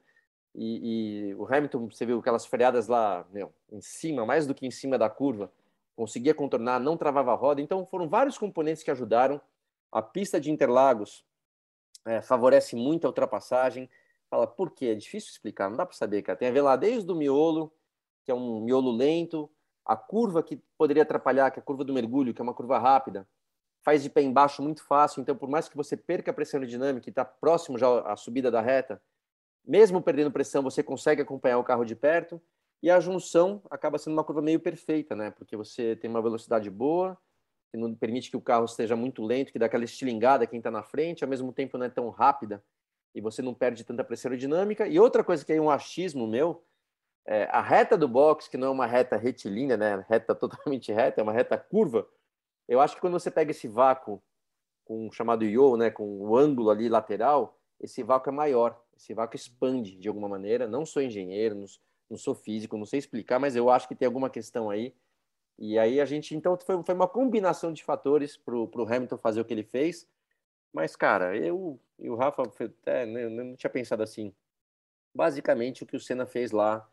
E o Hamilton, você viu aquelas freadas lá, em cima, mais do que em cima da curva, conseguia contornar, não travava a roda. Então, foram vários componentes que ajudaram. A pista de Interlagos favorece muito a ultrapassagem. Fala, por quê? É difícil explicar, não dá para saber, cara. Tem a ver lá desde o miolo, que é um miolo lento, a curva que poderia atrapalhar, que é a curva do mergulho, que é uma curva rápida, faz de pé embaixo muito fácil. Então, por mais que você perca a pressão aerodinâmica e está próximo já à subida da reta, mesmo perdendo pressão, você consegue acompanhar o carro de perto. E a junção acaba sendo uma curva meio perfeita, né? Porque você tem uma velocidade boa, que não permite que o carro esteja muito lento, que dá aquela estilingada quem está na frente, ao mesmo tempo não é tão rápida, e você não perde tanta pressão aerodinâmica. E outra coisa que é um achismo meu, a reta do box, que não é uma reta retilínea, né? Reta totalmente reta, é uma reta curva. Eu acho que quando você pega esse vácuo com o chamado yaw, né? Com o ângulo ali lateral, esse vácuo é maior, esse vácuo expande de alguma maneira. Não sou engenheiro, não sou físico, não sei explicar, mas eu acho que tem alguma questão aí. E aí a gente, então, foi uma combinação de fatores para o Hamilton fazer o que ele fez. Mas, cara, eu e o Rafa, eu não tinha pensado assim. Basicamente, o que o Senna fez lá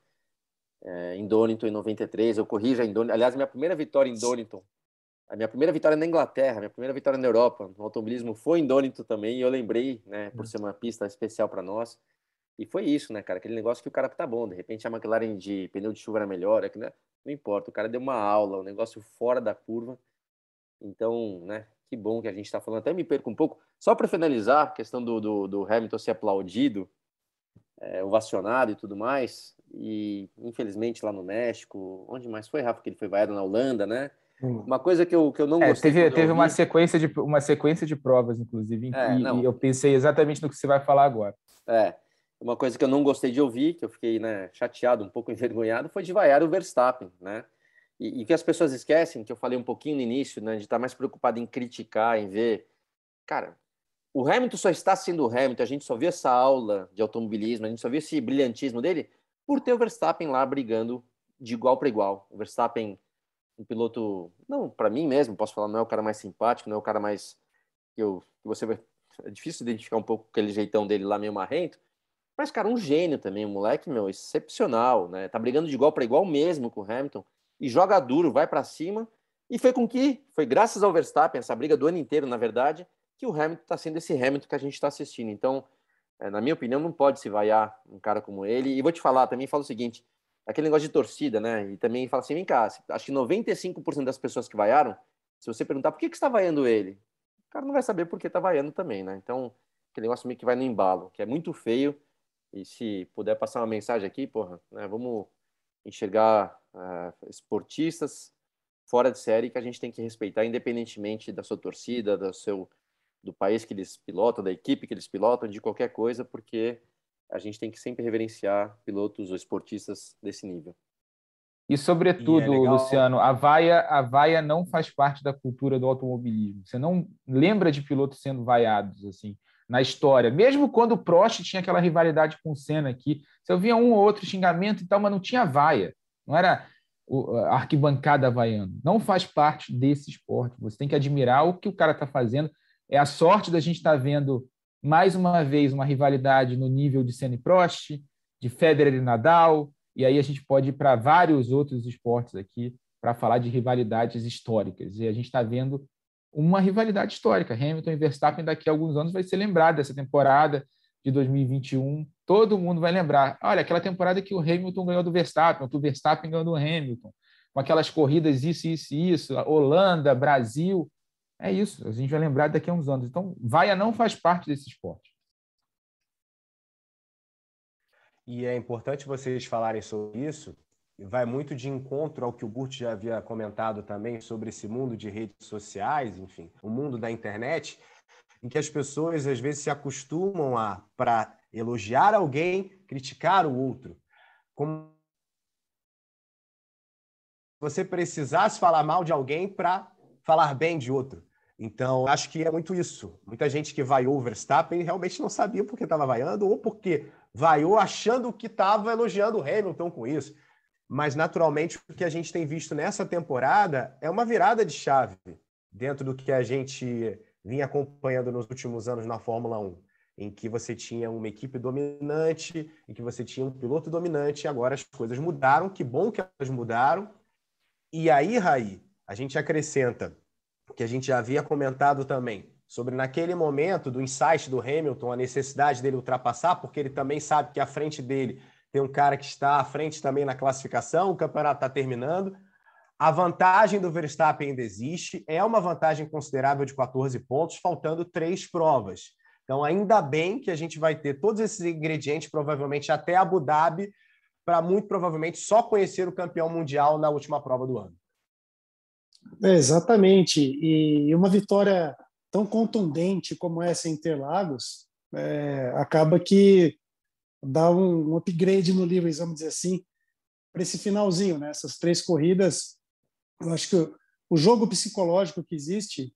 em Donington, em 93, eu corri já em Donington. Aliás, minha primeira vitória em Donington, a minha primeira vitória na Inglaterra, minha primeira vitória na Europa, no automobilismo, foi em Donington também, e eu lembrei, né, por ser uma pista especial para nós. E foi isso, né, cara? Aquele negócio que o cara tá bom. De repente a McLaren de pneu de chuva era melhor, né? Não importa. O cara deu uma aula, um negócio fora da curva. Então, né? Que bom que a gente tá falando. Até me perco um pouco. Só para finalizar, a questão do Hamilton ser aplaudido, ovacionado e tudo mais. E, infelizmente, lá no México, onde mais foi, Rafa, que ele foi vaiado na Holanda, né? Uma coisa que eu não gostei. Teve uma sequência de provas, inclusive, e eu pensei exatamente no que você vai falar agora. Uma coisa que eu não gostei de ouvir, que eu fiquei, né, chateado, um pouco envergonhado, foi de vaiar o Verstappen, né? E que as pessoas esquecem, que eu falei um pouquinho no início, né, de estar mais preocupado em criticar, em ver. Cara, o Hamilton só está sendo o Hamilton, a gente só viu essa aula de automobilismo, a gente só viu esse brilhantismo dele por ter o Verstappen lá brigando de igual para igual. O Verstappen, um piloto, não, para mim mesmo, posso falar, não é o cara mais simpático, não é o cara mais que você vai. É difícil identificar um pouco aquele jeitão dele lá meio marrento. Mas, cara, um gênio também, um moleque, excepcional, né? Tá brigando de igual para igual mesmo com o Hamilton e joga duro, vai para cima. E foi graças ao Verstappen, essa briga do ano inteiro, na verdade, que o Hamilton tá sendo esse Hamilton que a gente está assistindo. Então, na minha opinião, não pode se vaiar um cara como ele. E vou te falar, também fala o seguinte, aquele negócio de torcida, né? E também fala assim, vem cá, acho que 95% das pessoas que vaiaram, se você perguntar por que você está vaiando ele, o cara não vai saber por que tá vaiando também, né? Então, aquele negócio meio que vai no embalo, que é muito feio. E se puder passar uma mensagem aqui, porra, né, vamos enxergar esportistas fora de série que a gente tem que respeitar, independentemente da sua torcida, do país que eles pilotam, da equipe que eles pilotam, de qualquer coisa, porque a gente tem que sempre reverenciar pilotos ou esportistas desse nível. E, sobretudo, Luciano, a vaia não faz parte da cultura do automobilismo. Você não lembra de pilotos sendo vaiados, assim, na história. Mesmo quando o Prost tinha aquela rivalidade com o Senna aqui, você ouvia um ou outro xingamento e tal, mas não tinha vaia. Não era a arquibancada vaiando. Não faz parte desse esporte. Você tem que admirar o que o cara está fazendo. É a sorte da gente estar vendo, mais uma vez, uma rivalidade no nível de Senna e Prost, de Federer e Nadal. E aí a gente pode ir para vários outros esportes aqui para falar de rivalidades históricas. E a gente está vendo uma rivalidade histórica. Hamilton e Verstappen daqui a alguns anos vai ser lembrado dessa temporada de 2021. Todo mundo vai lembrar. Olha, aquela temporada que o Hamilton ganhou do Verstappen, que o Verstappen ganhou do Hamilton, com aquelas corridas isso, Holanda, Brasil. É isso, a gente vai lembrar daqui a uns anos. Então, vaia não faz parte desse esporte. E é importante vocês falarem sobre isso, vai muito de encontro ao que o Burt já havia comentado também sobre esse mundo de redes sociais, enfim, o mundo da internet, em que as pessoas às vezes se acostumam a, para elogiar alguém, criticar o outro. Como se você precisasse falar mal de alguém para falar bem de outro. Então, acho que é muito isso. Muita gente que vaiou o Verstappen realmente não sabia porque estava vaiando ou porque vaiou achando que estava elogiando o Hamilton com isso. Mas, naturalmente, o que a gente tem visto nessa temporada é uma virada de chave dentro do que a gente vinha acompanhando nos últimos anos na Fórmula 1, em que você tinha uma equipe dominante, em que você tinha um piloto dominante, e agora as coisas mudaram. Que bom que elas mudaram. E aí, Raí, a gente acrescenta que a gente já havia comentado também sobre naquele momento do insight do Hamilton, a necessidade dele ultrapassar, porque ele também sabe que à frente dele tem um cara que está à frente também na classificação, o campeonato está terminando. A vantagem do Verstappen ainda existe, é uma vantagem considerável de 14 pontos, faltando 3 provas. Então, ainda bem que a gente vai ter todos esses ingredientes, provavelmente até Abu Dhabi, para muito provavelmente só conhecer o campeão mundial na última prova do ano. Exatamente. E uma vitória tão contundente como essa em Interlagos acaba que dá um upgrade no Lewis, vamos dizer assim, para esse finalzinho, né? Essas 3 corridas. Eu acho que o jogo psicológico que existe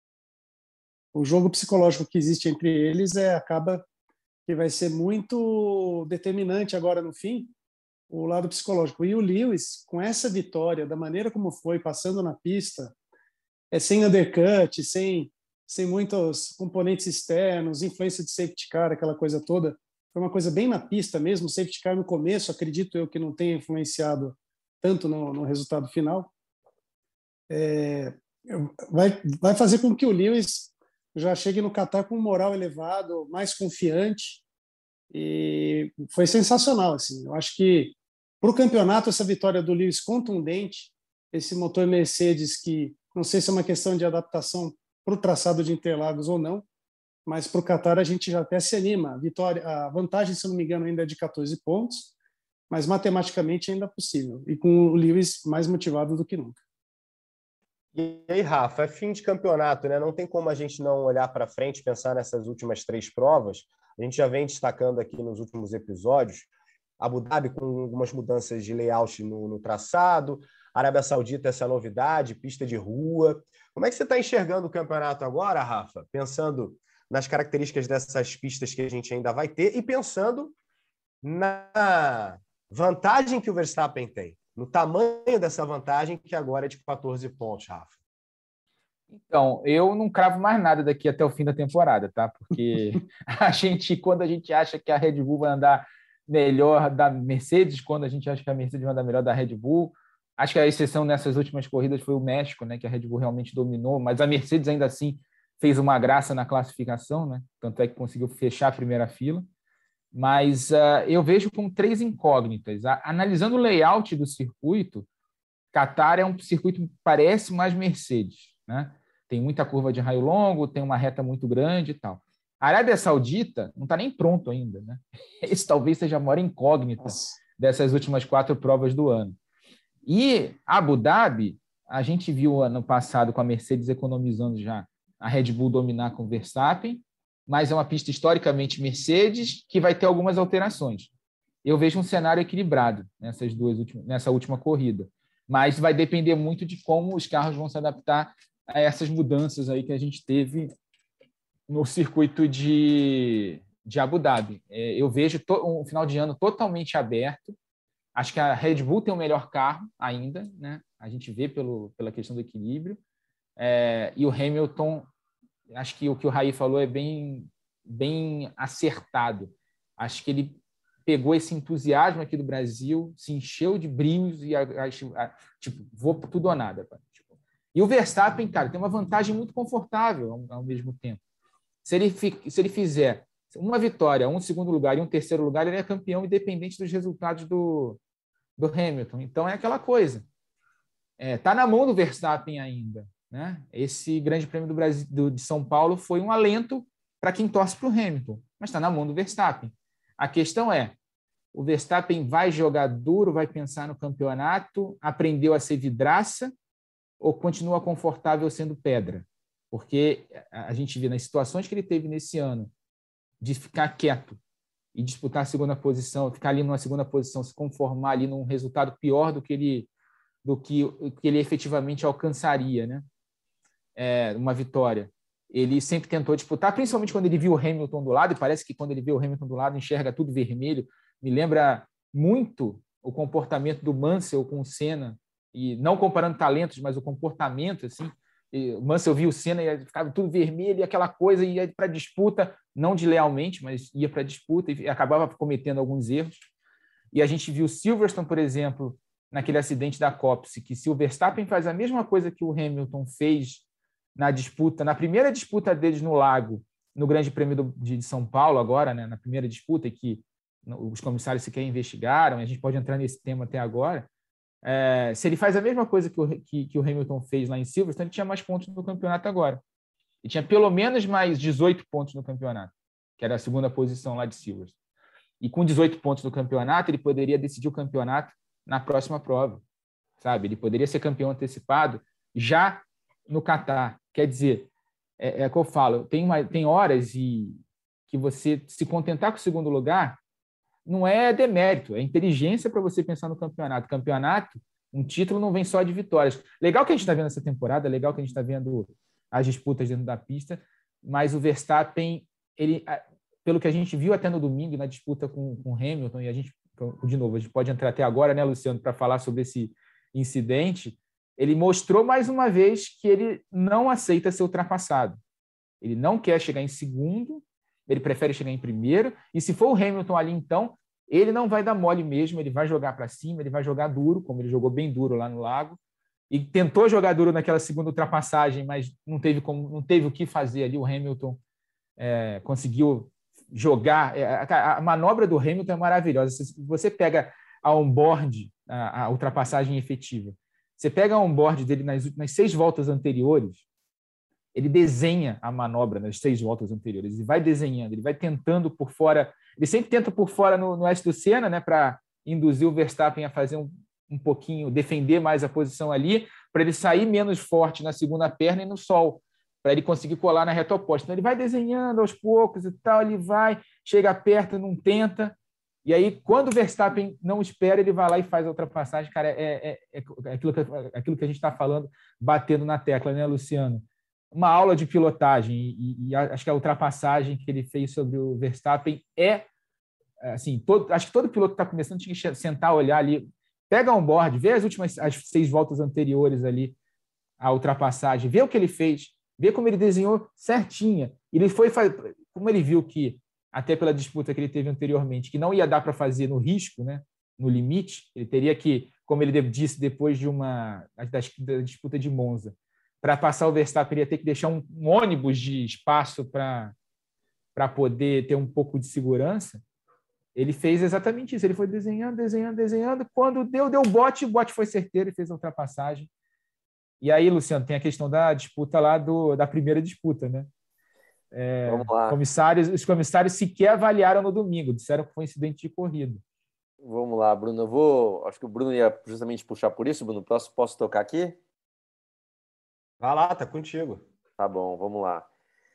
entre eles acaba que vai ser muito determinante agora no fim, o lado psicológico. E o Lewis, com essa vitória, da maneira como foi, passando na pista, sem undercut, sem muitos componentes externos, influência de safety car, aquela coisa toda, foi uma coisa bem na pista mesmo. O safety car no começo, acredito eu que não tenha influenciado tanto no resultado final. Vai fazer com que o Lewis já chegue no Qatar com um moral elevado, mais confiante, e foi sensacional. Assim. Eu acho que para o campeonato, essa vitória do Lewis contundente, esse motor Mercedes que não sei se é uma questão de adaptação para o traçado de Interlagos ou não, mas para o Qatar a gente já até se anima. A vantagem, se não me engano, ainda é de 14 pontos, mas matematicamente ainda é possível, e com o Lewis mais motivado do que nunca. E aí, Rafa, é fim de campeonato, né? Não tem como a gente não olhar para frente e pensar nessas últimas 3 provas. A gente já vem destacando aqui nos últimos episódios Abu Dhabi com algumas mudanças de layout no traçado, Arábia Saudita essa novidade, pista de rua. Como é que você está enxergando o campeonato agora, Rafa? Pensando nas características dessas pistas que a gente ainda vai ter e pensando na vantagem que o Verstappen tem, no tamanho dessa vantagem que agora é de 14 pontos, Rafa. Então, eu não cravo mais nada daqui até o fim da temporada, tá? Porque quando a gente acha que a Red Bull vai andar melhor da Mercedes, quando a gente acha que a Mercedes vai andar melhor da Red Bull, acho que a exceção nessas últimas corridas foi o México, né? Que a Red Bull realmente dominou, mas a Mercedes ainda assim fez uma graça na classificação, né? Tanto é que conseguiu fechar a primeira fila. Mas eu vejo com 3 incógnitas. Analisando o layout do circuito, Qatar é um circuito que parece mais Mercedes, né? Tem muita curva de raio longo, tem uma reta muito grande e tal. A Arábia Saudita não está nem pronto ainda, né? Esse talvez seja a maior incógnita dessas últimas 4 provas do ano. E Abu Dhabi, a gente viu ano passado com a Mercedes economizando já a Red Bull dominar com o Verstappen, mas é uma pista historicamente Mercedes que vai ter algumas alterações. Eu vejo um cenário equilibrado nessa última corrida, mas vai depender muito de como os carros vão se adaptar a essas mudanças aí que a gente teve no circuito de Abu Dhabi. Eu vejo um final de ano totalmente aberto. Acho que a Red Bull tem o melhor carro ainda, né? A gente vê pela questão do equilíbrio. E o Hamilton, acho que o que o Raí falou é bem acertado. Acho que ele pegou esse entusiasmo aqui do Brasil, se encheu de brilhos e tipo, vou por tudo ou nada. Tipo. E o Verstappen, cara, tem uma vantagem muito confortável ao mesmo tempo. Se ele fizer uma vitória, um segundo lugar e um terceiro lugar, ele é campeão independente dos resultados do Hamilton. Então é aquela coisa. Tá na mão do Verstappen ainda. né? Esse Grande Prêmio do Brasil, de São Paulo foi um alento para quem torce para o Hamilton, mas está na mão do Verstappen. A questão é, o Verstappen vai jogar duro, vai pensar no campeonato, aprendeu a ser vidraça ou continua confortável sendo pedra? Porque a gente vê nas situações que ele teve nesse ano de ficar quieto e disputar a segunda posição, ficar ali numa segunda posição, se conformar ali num resultado pior do que ele efetivamente alcançaria, né? Uma vitória. Ele sempre tentou disputar, principalmente quando ele viu o Hamilton do lado, e parece que quando ele vê o Hamilton do lado enxerga tudo vermelho. Me lembra muito o comportamento do Mansell com o Senna, e não comparando talentos, mas o comportamento, assim. O Mansell viu o Senna e ficava tudo vermelho, e aquela coisa, ia para disputa, não deslealmente, mas ia para disputa e acabava cometendo alguns erros. E a gente viu o Silverstone, por exemplo, naquele acidente da Copse, que se o Verstappen faz a mesma coisa que o Hamilton fez na disputa, na primeira disputa deles no Lago, no Grande Prêmio de São Paulo agora, né, na primeira disputa, que os comissários sequer investigaram, a gente pode entrar nesse tema até agora, se ele faz a mesma coisa que o Hamilton fez lá em Silverstone, ele tinha mais pontos no campeonato agora. Ele tinha pelo menos mais 18 pontos no campeonato, que era a segunda posição lá de Silverstone. E com 18 pontos no campeonato, ele poderia decidir o campeonato na próxima prova, sabe? Ele poderia ser campeão antecipado já no Qatar. Quer dizer, é o que eu falo, tem horas que você se contentar com o segundo lugar não é demérito, é inteligência para você pensar no campeonato. Campeonato, um título não vem só de vitórias. Legal que a gente está vendo essa temporada, legal que a gente está vendo as disputas dentro da pista, mas o Verstappen, ele, pelo que a gente viu até no domingo, na disputa com o Hamilton, e a gente, de novo, a gente pode entrar até agora, né, Luciano, para falar sobre esse incidente, ele mostrou mais uma vez que ele não aceita ser ultrapassado. Ele não quer chegar em segundo, ele prefere chegar em primeiro, e se for o Hamilton ali, então, ele não vai dar mole mesmo, ele vai jogar para cima, ele vai jogar duro, como ele jogou bem duro lá no Lago, e tentou jogar duro naquela segunda ultrapassagem, mas não teve o que fazer ali. O Hamilton conseguiu jogar. A manobra do Hamilton é maravilhosa. Se você pega a on-board, a ultrapassagem efetiva, você pega a on-board dele nas 6 voltas anteriores, ele desenha a manobra nas 6 voltas anteriores, ele vai desenhando, ele vai tentando por fora, ele sempre tenta por fora no S do Senna, né, para induzir o Verstappen a fazer um pouquinho, defender mais a posição ali, para ele sair menos forte na segunda perna e no sol, para ele conseguir colar na reta oposta. Então ele vai desenhando aos poucos e tal, ele vai, chega perto, não tenta, e aí quando o Verstappen não espera, ele vai lá e faz a ultrapassagem. Cara, é aquilo que a gente está falando, batendo na tecla, né, Luciano? Uma aula de pilotagem, e acho que a ultrapassagem que ele fez sobre o Verstappen assim, acho que todo piloto que está começando tinha que sentar, olhar ali, pega on board, vê as 6 voltas anteriores ali, a ultrapassagem, vê o que ele fez, vê como ele desenhou certinha. Ele como ele viu que, até pela disputa que ele teve anteriormente, que não ia dar para fazer no risco, né, no limite, ele teria que, como ele disse depois da disputa de Monza, para passar o Verstappen, ele ia ter que deixar um ônibus de espaço para poder ter um pouco de segurança. Ele fez exatamente isso. Ele foi desenhando. Quando deu o bote foi certeiro e fez a ultrapassagem. E aí, Luciano, tem a questão da disputa lá da primeira disputa, né? Vamos lá. Os comissários sequer avaliaram no domingo, disseram que foi um incidente de corrida. Vamos lá, Bruno. Acho que o Bruno ia justamente puxar por isso, Bruno. Posso tocar aqui? Vai lá, tá contigo. Tá bom, vamos lá.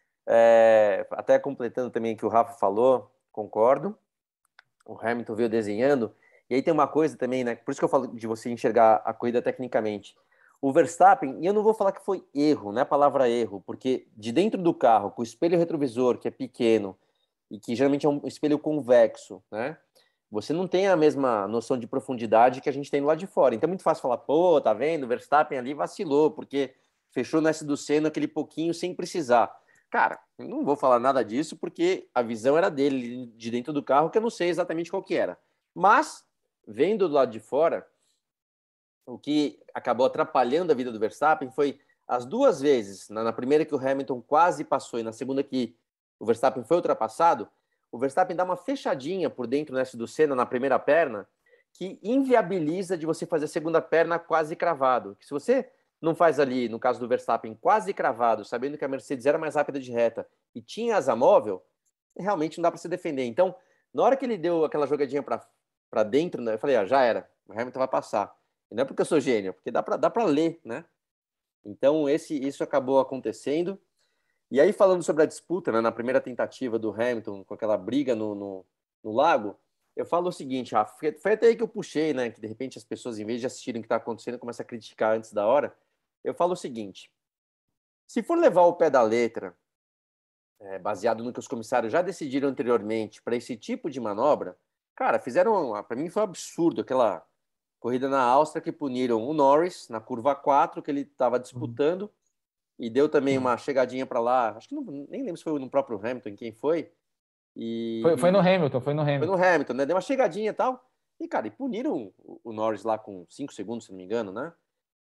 Até completando também o que o Rafa falou, concordo. O Hamilton veio desenhando. E aí tem uma coisa também, né? Por isso que eu falo de você enxergar a corrida tecnicamente. O Verstappen, e eu não vou falar que foi erro, não é a palavra erro, porque de dentro do carro, com o espelho retrovisor, que é pequeno, e que geralmente é um espelho convexo, né? Você não tem a mesma noção de profundidade que a gente tem lá de fora. Então é muito fácil falar, pô, tá vendo? O Verstappen ali vacilou, porque fechou no S do Senna aquele pouquinho sem precisar. Cara, eu não vou falar nada disso porque a visão era dele de dentro do carro, que eu não sei exatamente qual que era. Mas, vendo do lado de fora, o que acabou atrapalhando a vida do Verstappen foi as 2 vezes, na primeira que o Hamilton quase passou e na segunda que o Verstappen foi ultrapassado, o Verstappen dá uma fechadinha por dentro do S do Senna na primeira perna que inviabiliza de você fazer a segunda perna quase cravado. Se você não faz ali, no caso do Verstappen, quase cravado, sabendo que a Mercedes era mais rápida de reta e tinha asa móvel, realmente não dá para se defender. Então, na hora que ele deu aquela jogadinha para dentro, né, eu falei, já era, o Hamilton vai passar. E não é porque eu sou gênio, é porque dá para ler, né? Então, isso acabou acontecendo. E aí, falando sobre a disputa, né, na primeira tentativa do Hamilton, com aquela briga no lago, eu falo o seguinte, Rafa, foi até aí que eu puxei, né, que de repente as pessoas, em vez de assistirem o que está acontecendo, começam a criticar antes da hora. Eu falo o seguinte, se for levar o pé da letra, baseado no que os comissários já decidiram anteriormente para esse tipo de manobra, cara, para mim foi um absurdo aquela corrida na Áustria que puniram o Norris na curva 4, que ele estava disputando, e deu também uma chegadinha para lá, acho que nem lembro se foi no próprio Hamilton, quem foi, Foi no Hamilton, foi no foi no Hamilton. Hamilton, né? Deu uma chegadinha e tal, e cara, e puniram o Norris lá com 5 segundos, se não me engano, né?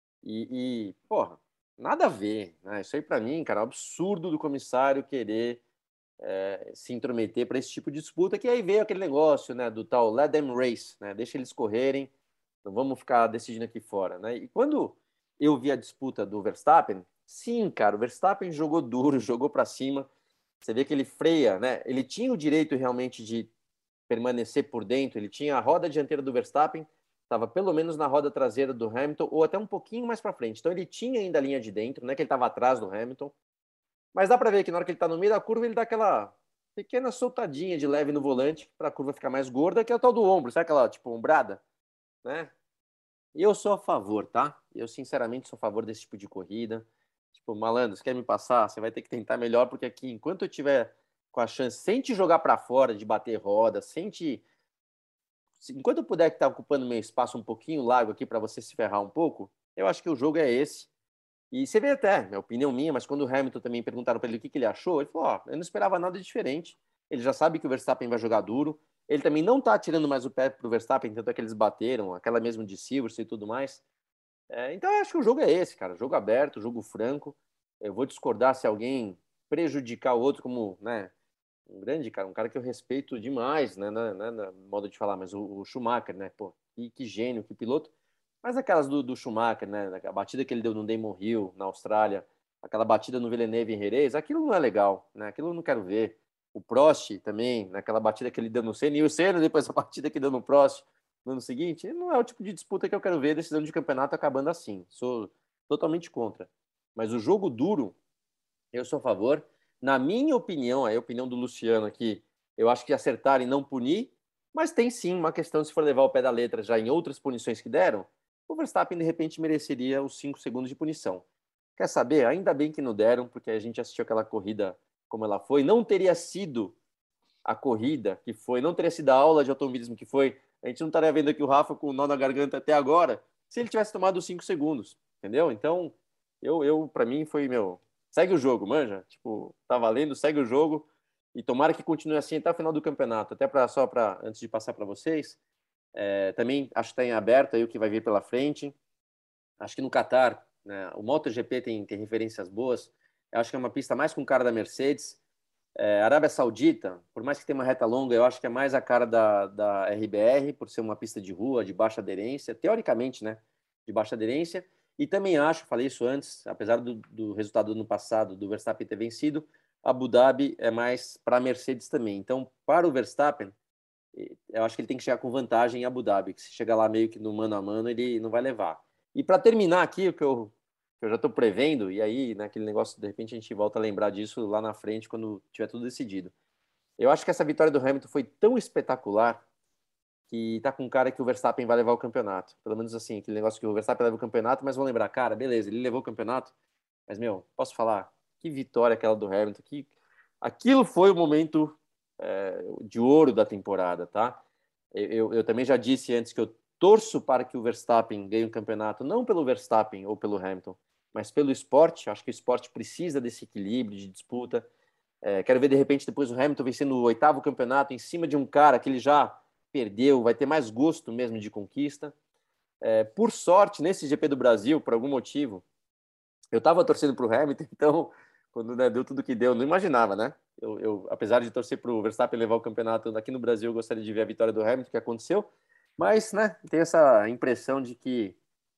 Porra, nada a ver, né? Isso aí para mim, cara, é um absurdo do comissário querer se intrometer para esse tipo de disputa, que aí veio aquele negócio, né, do tal let them race, né? Deixa eles correrem, não vamos ficar decidindo aqui fora, né? E quando eu vi a disputa do Verstappen, sim, cara, o Verstappen jogou duro, jogou para cima. Você vê que ele freia, né? Ele tinha o direito realmente de permanecer por dentro, ele tinha a roda dianteira do Verstappen, estava pelo menos na roda traseira do Hamilton, ou até um pouquinho mais para frente. Então ele tinha ainda a linha de dentro, não é que ele estava atrás do Hamilton. Mas dá para ver que na hora que ele está no meio da curva, ele dá aquela pequena soltadinha de leve no volante para a curva ficar mais gorda, que é o tal do ombro, sabe aquela tipo ombrada, né? E eu sou a favor, tá? Eu sinceramente sou a favor desse tipo de corrida. Tipo, malandro, você quer me passar? Você vai ter que tentar melhor, porque aqui, enquanto eu tiver com a chance, sem te jogar para fora, de bater roda, enquanto eu puder estar ocupando meu espaço um pouquinho largo aqui para você se ferrar um pouco, eu acho que o jogo é esse. E você vê até, minha opinião minha, mas quando o Hamilton também perguntaram para ele o que ele achou, ele falou, eu não esperava nada diferente. Ele já sabe que o Verstappen vai jogar duro. Ele também não tá tirando mais o pé pro Verstappen, tanto é que eles bateram, aquela mesmo de Silverstone e tudo mais. Então eu acho que o jogo é esse, cara. Jogo aberto, jogo franco. Eu vou discordar se alguém prejudicar o outro como, né, um grande cara, um cara que eu respeito demais, né, na modo de falar, mas o Schumacher, né, pô, que gênio, que piloto. Mas aquelas do Schumacher, né, a batida que ele deu no Damon Hill, na Austrália, aquela batida no Villeneuve em Jerez, aquilo não é legal, né, aquilo eu não quero ver. O Prost também, naquela batida que ele deu no Senna, e o Senna depois a batida que deu no Prost no ano seguinte, não é o tipo de disputa que eu quero ver, decisão de campeonato acabando assim. Sou totalmente contra. Mas o jogo duro, eu sou a favor. Na minha opinião, a opinião do Luciano aqui, eu acho que acertar e não punir, mas tem sim uma questão, se for levar o pé da letra já em outras punições que deram, o Verstappen de repente mereceria os 5 segundos de punição. Quer saber? Ainda bem que não deram, porque a gente assistiu aquela corrida como ela foi. Não teria sido a corrida que foi, não teria sido a aula de automobilismo que foi, a gente não estaria vendo aqui o Rafa com o nó na garganta até agora, se ele tivesse tomado os 5 segundos, entendeu? Então, para mim, foi, segue o jogo, manja. Tipo, tá valendo, segue o jogo. E tomara que continue assim até o final do campeonato. Até antes de passar para vocês, também acho que está em aberto aí o que vai vir pela frente. Acho que no Qatar, né, o MotoGP tem referências boas. Eu acho que é uma pista mais com cara da Mercedes. Arábia Saudita, por mais que tenha uma reta longa, eu acho que é mais a cara da RBR, por ser uma pista de rua, de baixa aderência, teoricamente, né, de baixa aderência. E também acho, falei isso antes, apesar do resultado do ano passado, do Verstappen ter vencido, Abu Dhabi é mais para a Mercedes também. Então, para o Verstappen, eu acho que ele tem que chegar com vantagem em Abu Dhabi, que se chegar lá meio que no mano a mano, ele não vai levar. E para terminar aqui, o que eu já estou prevendo, e aí, naquele negócio, de repente a gente volta a lembrar disso lá na frente, quando tiver tudo decidido. Eu acho que essa vitória do Hamilton foi tão espetacular que tá com um cara que o Verstappen vai levar o campeonato. Pelo menos assim, aquele negócio que o Verstappen leva o campeonato, mas vão lembrar, cara, beleza, ele levou o campeonato, mas, posso falar, que vitória aquela do Hamilton, aquilo foi o momento de ouro da temporada, tá? Eu também já disse antes que eu torço para que o Verstappen ganhe o campeonato, não pelo Verstappen ou pelo Hamilton, mas pelo esporte. Acho que o esporte precisa desse equilíbrio de disputa. Quero ver, de repente, depois o Hamilton vencendo o 8º campeonato em cima de um cara que ele já perdeu, vai ter mais gosto mesmo de conquista. Por sorte, nesse GP do Brasil, por algum motivo, eu estava torcendo para o Hamilton, então, quando, né, deu tudo que deu, não imaginava, né? Apesar de torcer para o Verstappen levar o campeonato aqui no Brasil, eu gostaria de ver a vitória do Hamilton, que aconteceu, mas, né, tem essa impressão de que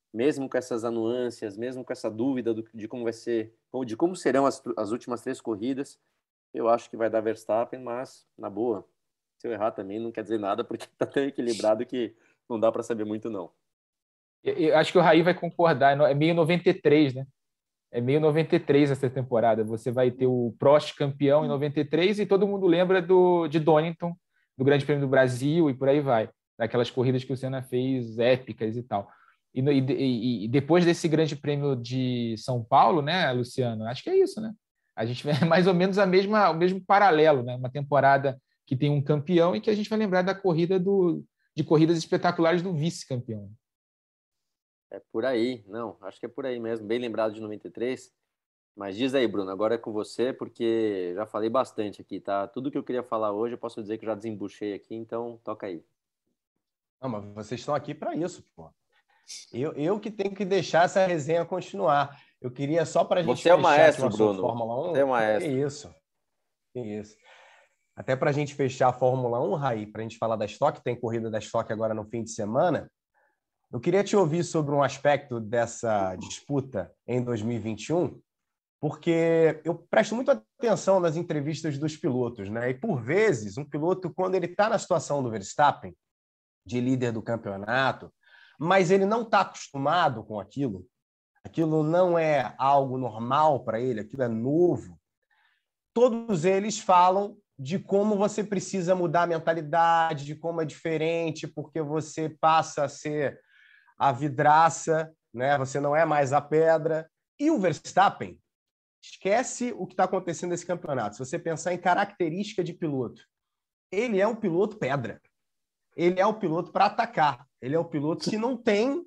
mesmo com essas anuâncias, mesmo com essa dúvida de como vai ser, ou de como serão as últimas 3 corridas, eu acho que vai dar Verstappen, mas, na boa, se eu errar também não quer dizer nada, porque está tão equilibrado que não dá para saber muito, não. Eu acho que o Raí vai concordar, é meio 93, né? É meio 93 essa temporada. Você vai ter o Prost campeão em 93 e todo mundo lembra de Donington, do Grande Prêmio do Brasil e por aí vai. Daquelas corridas que o Senna fez épicas e tal. E depois desse Grande Prêmio de São Paulo, né, Luciano? Acho que é isso, né? A gente vê mais ou menos o mesmo paralelo, né? Uma temporada que tem um campeão e que a gente vai lembrar da de corridas espetaculares do vice-campeão. É por aí, não, acho que é por aí mesmo, bem lembrado de 93. Mas diz aí, Bruno, agora é com você, porque já falei bastante aqui, tá? Tudo que eu queria falar hoje, eu posso dizer que já desembuchei aqui, então toca aí. Não, mas vocês estão aqui para isso, pô. Eu que tenho que deixar essa resenha continuar. Eu queria só para a gente fechar. Você é o maestro, aqui o Bruno. Fórmula 1. Você é o maestro. Que isso. Até para a gente fechar a Fórmula 1, Raí, para a gente falar da Stock, tem corrida da Stock agora no fim de semana. Eu queria te ouvir sobre um aspecto dessa disputa em 2021, porque eu presto muita atenção nas entrevistas dos pilotos, né? E por vezes, um piloto, quando ele está na situação do Verstappen, de líder do campeonato, mas ele não está acostumado com aquilo não é algo normal para ele, aquilo é novo, todos eles falam de como você precisa mudar a mentalidade, de como é diferente, porque você passa a ser a vidraça, né? Você não é mais a pedra. E o Verstappen, esquece o que está acontecendo nesse campeonato. Se você pensar em característica de piloto, ele é um piloto pedra. Ele é o piloto para atacar. Ele é o piloto que não tem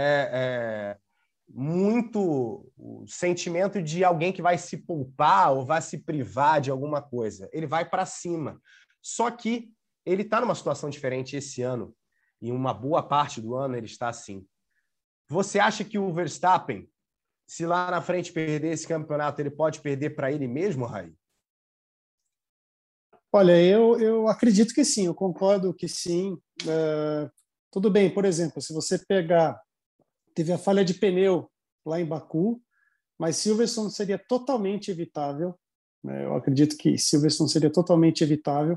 muito o sentimento de alguém que vai se poupar ou vai se privar de alguma coisa. Ele vai para cima. Só que ele está numa situação diferente esse ano. E uma boa parte do ano ele está assim. Você acha que o Verstappen, se lá na frente perder esse campeonato, ele pode perder para ele mesmo, Raí? Olha, eu acredito que sim, eu concordo que sim. Tudo bem, por exemplo, se você pegar, teve a falha de pneu lá em Baku, mas Silverstone seria totalmente evitável. Eu acredito que Silverstone seria totalmente evitável.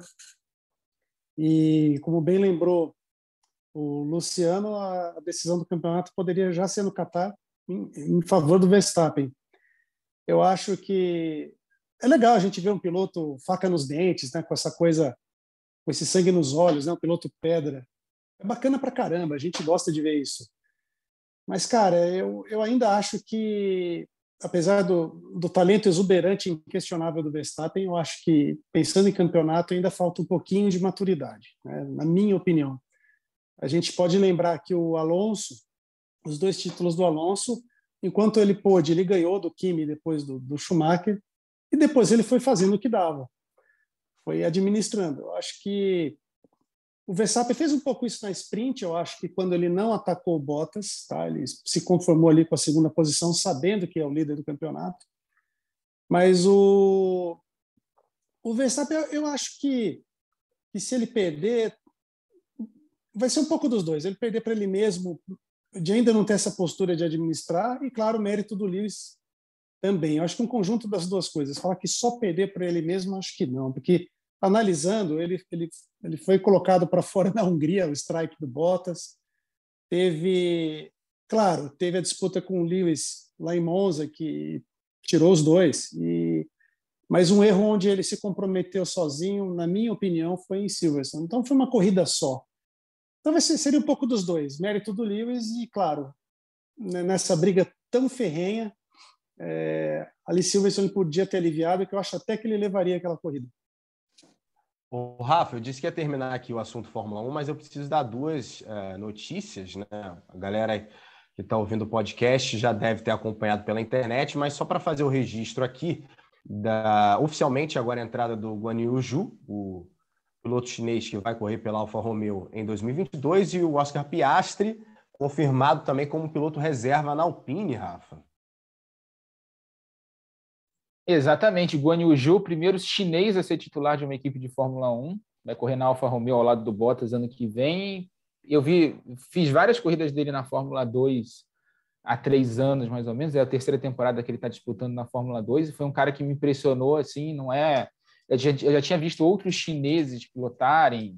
E, como bem lembrou o Luciano, a decisão do campeonato poderia já ser no Qatar em favor do Verstappen. Eu acho que é legal a gente ver um piloto faca nos dentes, né, com essa coisa, com esse sangue nos olhos, né, um piloto pedra. É bacana pra caramba, a gente gosta de ver isso. Mas, cara, eu ainda acho que, apesar do talento exuberante e inquestionável do Verstappen, eu acho que, pensando em campeonato, ainda falta um pouquinho de maturidade, né, na minha opinião. A gente pode lembrar que o Alonso, os 2 títulos do Alonso, enquanto ele pôde, ele ganhou do Kimi depois do Schumacher, e depois ele foi fazendo o que dava, foi administrando. Eu acho que o Verstappen fez um pouco isso na sprint, eu acho que quando ele não atacou o Bottas, tá? Ele se conformou ali com a 2ª posição, sabendo que é o líder do campeonato. Mas o Verstappen, eu acho que se ele perder, vai ser um pouco dos dois. Ele perder para ele mesmo, de ainda não ter essa postura de administrar, e, claro, o mérito do Lewis também. Eu acho que um conjunto das duas coisas. Falar que só perder para ele mesmo, acho que não, porque, analisando, ele foi colocado para fora na Hungria, o strike do Bottas. Teve a disputa com o Lewis lá em Monza, que tirou os dois, mas um erro onde ele se comprometeu sozinho, na minha opinião, foi em Silverstone. Então, foi uma corrida só. Então, seria um pouco dos dois, mérito do Lewis e, claro, nessa briga tão ferrenha, ali Silverstone podia ter aliviado, que eu acho até que ele levaria aquela corrida. O Rafa, eu disse que ia terminar aqui o assunto Fórmula 1, mas eu preciso dar 2 notícias, né? A galera que está ouvindo o podcast já deve ter acompanhado pela internet, mas só para fazer o registro aqui, oficialmente agora a entrada do Guan Yu Zhu, o piloto chinês que vai correr pela Alfa Romeo em 2022, e o Oscar Piastri, confirmado também como piloto reserva na Alpine, Rafa. Exatamente, Guan Yu Zhou, o primeiro chinês a ser titular de uma equipe de Fórmula 1, vai correr na Alfa Romeo ao lado do Bottas ano que vem. Eu fiz várias corridas dele na Fórmula 2 há 3 anos, mais ou menos. É a terceira temporada que ele está disputando na Fórmula 2 e foi um cara que me impressionou, assim, não é... Eu já tinha visto outros chineses pilotarem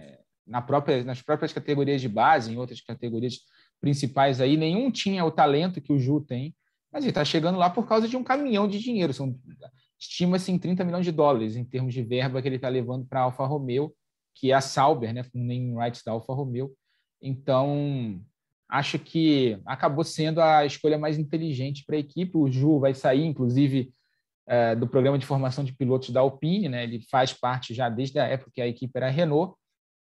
nas próprias categorias de base, em outras categorias principais aí, nenhum tinha o talento que o Zhou tem, mas ele está chegando lá por causa de um caminhão de dinheiro. Estima-se em $30 milhões em termos de verba que ele está levando para a Alfa Romeo, que é a Sauber, né, com o naming rights da Alfa Romeo. Então, acho que acabou sendo a escolha mais inteligente para a equipe. O Zhou vai sair, inclusive, do programa de formação de pilotos da Alpine, né? Ele faz parte já desde a época que a equipe era a Renault.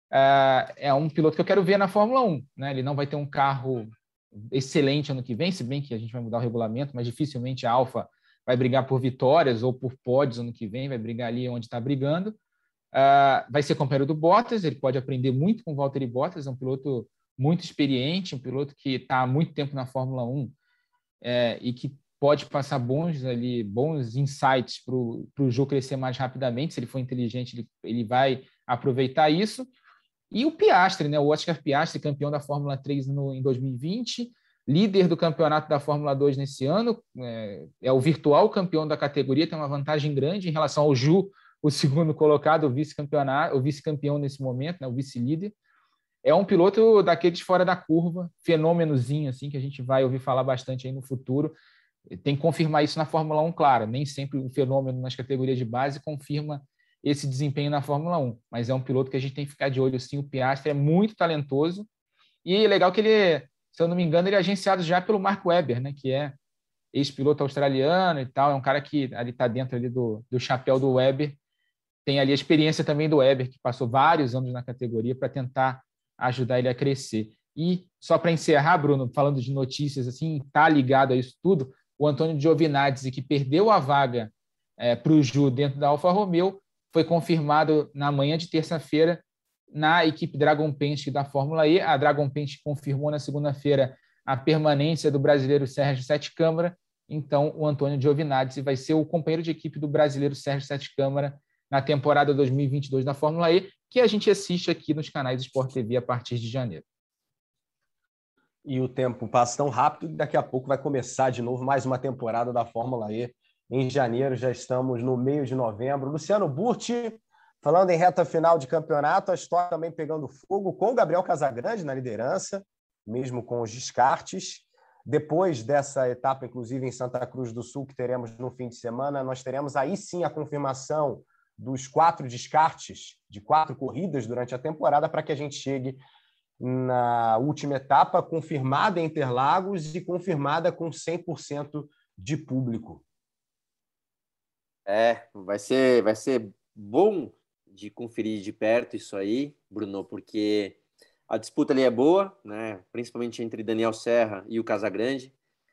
É um piloto que eu quero ver na Fórmula 1, né? Ele não vai ter um carro excelente ano que vem, se bem que a gente vai mudar o regulamento, mas dificilmente a Alfa vai brigar por vitórias ou por pódios ano que vem, vai brigar ali onde está brigando. Vai ser companheiro do Bottas, ele pode aprender muito com o Valtteri Bottas, é um piloto muito experiente, um piloto que está há muito tempo na Fórmula 1 e que pode passar bons insights para o Zhou crescer mais rapidamente. Se ele for inteligente, ele vai aproveitar isso. E o Piastri, né? O Oscar Piastri, campeão da Fórmula 3 em 2020, líder do campeonato da Fórmula 2 nesse ano, é o virtual campeão da categoria, tem uma vantagem grande em relação ao Zhou, o segundo colocado, o vice-campeão nesse momento, né? O vice-líder. É um piloto daqueles fora da curva, fenômenozinho, assim, que a gente vai ouvir falar bastante aí no futuro. Tem que confirmar isso na Fórmula 1, claro. Nem sempre o fenômeno nas categorias de base confirma esse desempenho na Fórmula 1, mas é um piloto que a gente tem que ficar de olho, sim. O Piastri é muito talentoso e é legal que ele, se eu não me engano, ele é agenciado já pelo Mark Webber, né, que é ex-piloto australiano e tal. É um cara que ali está dentro ali do chapéu do Webber. Tem ali a experiência também do Webber, que passou vários anos na categoria para tentar ajudar ele a crescer. E só para encerrar, Bruno, falando de notícias, assim, tá ligado a isso tudo, o Antônio Giovinazzi, que perdeu a vaga para o Zhou dentro da Alfa Romeo, foi confirmado na manhã de terça-feira na equipe Dragon Penske da Fórmula E. A Dragon Penske confirmou na segunda-feira a permanência do brasileiro Sérgio Sete Câmara. Então, o Antônio Giovinazzi vai ser o companheiro de equipe do brasileiro Sérgio Sete Câmara na temporada 2022 da Fórmula E, que a gente assiste aqui nos canais Sport TV a partir de janeiro. E o tempo passa tão rápido que daqui a pouco vai começar de novo mais uma temporada da Fórmula E. Em janeiro, já estamos no meio de novembro. Luciano Burti, falando em reta final de campeonato, a história também pegando fogo com o Gabriel Casagrande na liderança, mesmo com os descartes. Depois dessa etapa, inclusive em Santa Cruz do Sul, que teremos no fim de semana, nós teremos aí sim a confirmação dos 4 descartes de 4 corridas durante a temporada para que a gente chegue na última etapa, confirmada em Interlagos e confirmada com 100% de público. Vai ser bom de conferir de perto isso aí, Bruno, porque a disputa ali é boa, né? Principalmente entre Daniel Serra e o Casagrande.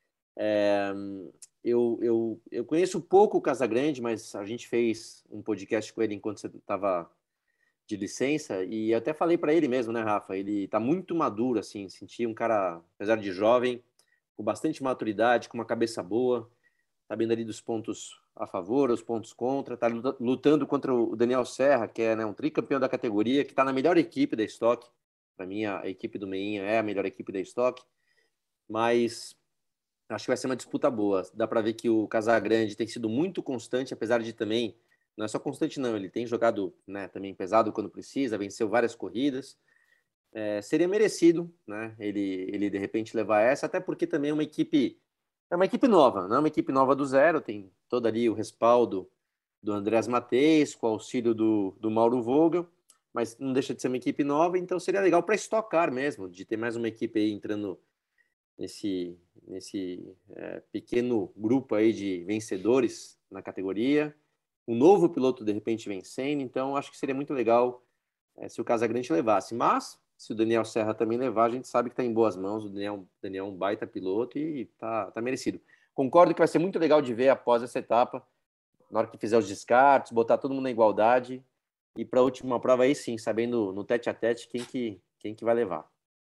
Eu conheço pouco o Casagrande, mas a gente fez um podcast com ele enquanto você estava de licença, e eu até falei para ele mesmo, né, Rafa? Ele tá muito maduro, assim, senti um cara, apesar de jovem, com bastante maturidade, com uma cabeça boa, sabendo ali dos pontos a favor, os pontos contra, tá lutando contra o Daniel Serra, que é, né, um tricampeão da categoria, que está na melhor equipe da Stock. Para mim, a equipe do Meinha é a melhor equipe da Stock, mas acho que vai ser uma disputa boa. Dá para ver que o Casagrande tem sido muito constante, apesar de também, não é só constante não, ele tem jogado, né, também pesado quando precisa, venceu várias corridas. Seria merecido, né, ele de repente levar essa, até porque também é uma equipe nova, não é uma equipe nova do zero, tem todo ali o respaldo do Andrés Mateis, com o auxílio do Mauro Vogel, mas não deixa de ser uma equipe nova, então seria legal para estocar mesmo, de ter mais uma equipe aí entrando nesse pequeno grupo aí de vencedores na categoria, um novo piloto de repente vencendo, então acho que seria muito legal se o Casagrande levasse, mas se o Daniel Serra também levar, a gente sabe que está em boas mãos, o Daniel é um baita piloto e tá merecido. Concordo que vai ser muito legal de ver após essa etapa, na hora que fizer os descartes, botar todo mundo na igualdade e para a última prova aí sim, sabendo no tete-a-tete quem que vai levar.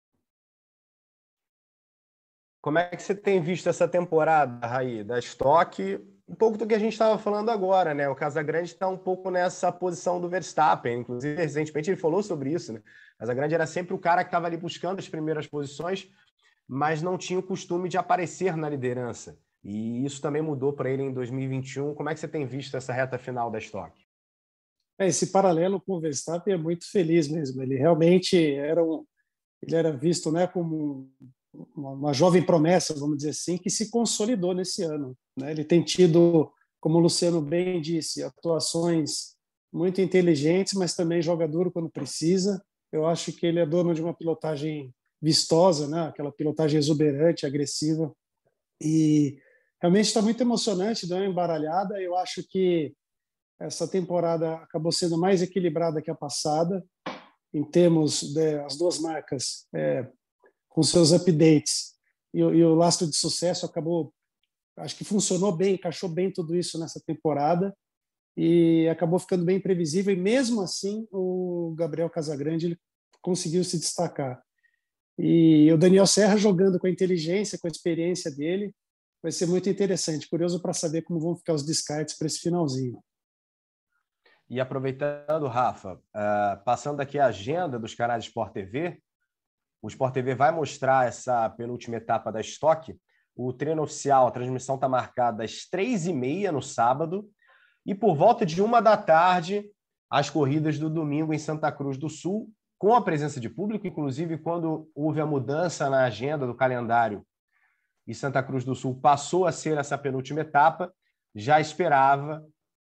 Como é que você tem visto essa temporada, Raí, da Stock? Um pouco do que a gente estava falando agora, né? O Casagrande está um pouco nessa posição do Verstappen. Inclusive, recentemente ele falou sobre isso, né? O Casagrande era sempre o cara que estava ali buscando as primeiras posições. mas não tinha o costume de aparecer na liderança. E isso também mudou para ele em 2021. Como é que você tem visto essa reta final da Stock? Esse paralelo com o Verstappen é muito feliz mesmo. Ele realmente ele era visto, né, como uma jovem promessa, vamos dizer assim, que se consolidou nesse ano, né? Ele tem tido, como o Luciano bem disse, atuações muito inteligentes, mas também joga duro quando precisa. Eu acho que ele é dono de uma pilotagem vistosa, né? Aquela pilotagem exuberante, agressiva. E realmente está muito emocionante, deu uma embaralhada. Eu acho que essa temporada acabou sendo mais equilibrada que a passada, em termos as duas marcas com seus updates e o lastro de sucesso acabou, acho que funcionou bem, encaixou bem tudo isso nessa temporada e acabou ficando bem previsível, e mesmo assim o Gabriel Casagrande ele conseguiu se destacar. E o Daniel Serra jogando com a inteligência, com a experiência dele, vai ser muito interessante, curioso para saber como vão ficar os descartes para esse finalzinho. E aproveitando, Rafa, passando aqui a agenda dos canais Sport TV, o Sport TV vai mostrar essa penúltima etapa da Stock. O treino oficial, a transmissão está marcada às 3h30 no sábado, e por volta de 13h, as corridas do domingo em Santa Cruz do Sul, com a presença de público. Inclusive, quando houve a mudança na agenda do calendário e Santa Cruz do Sul passou a ser essa penúltima etapa, já esperava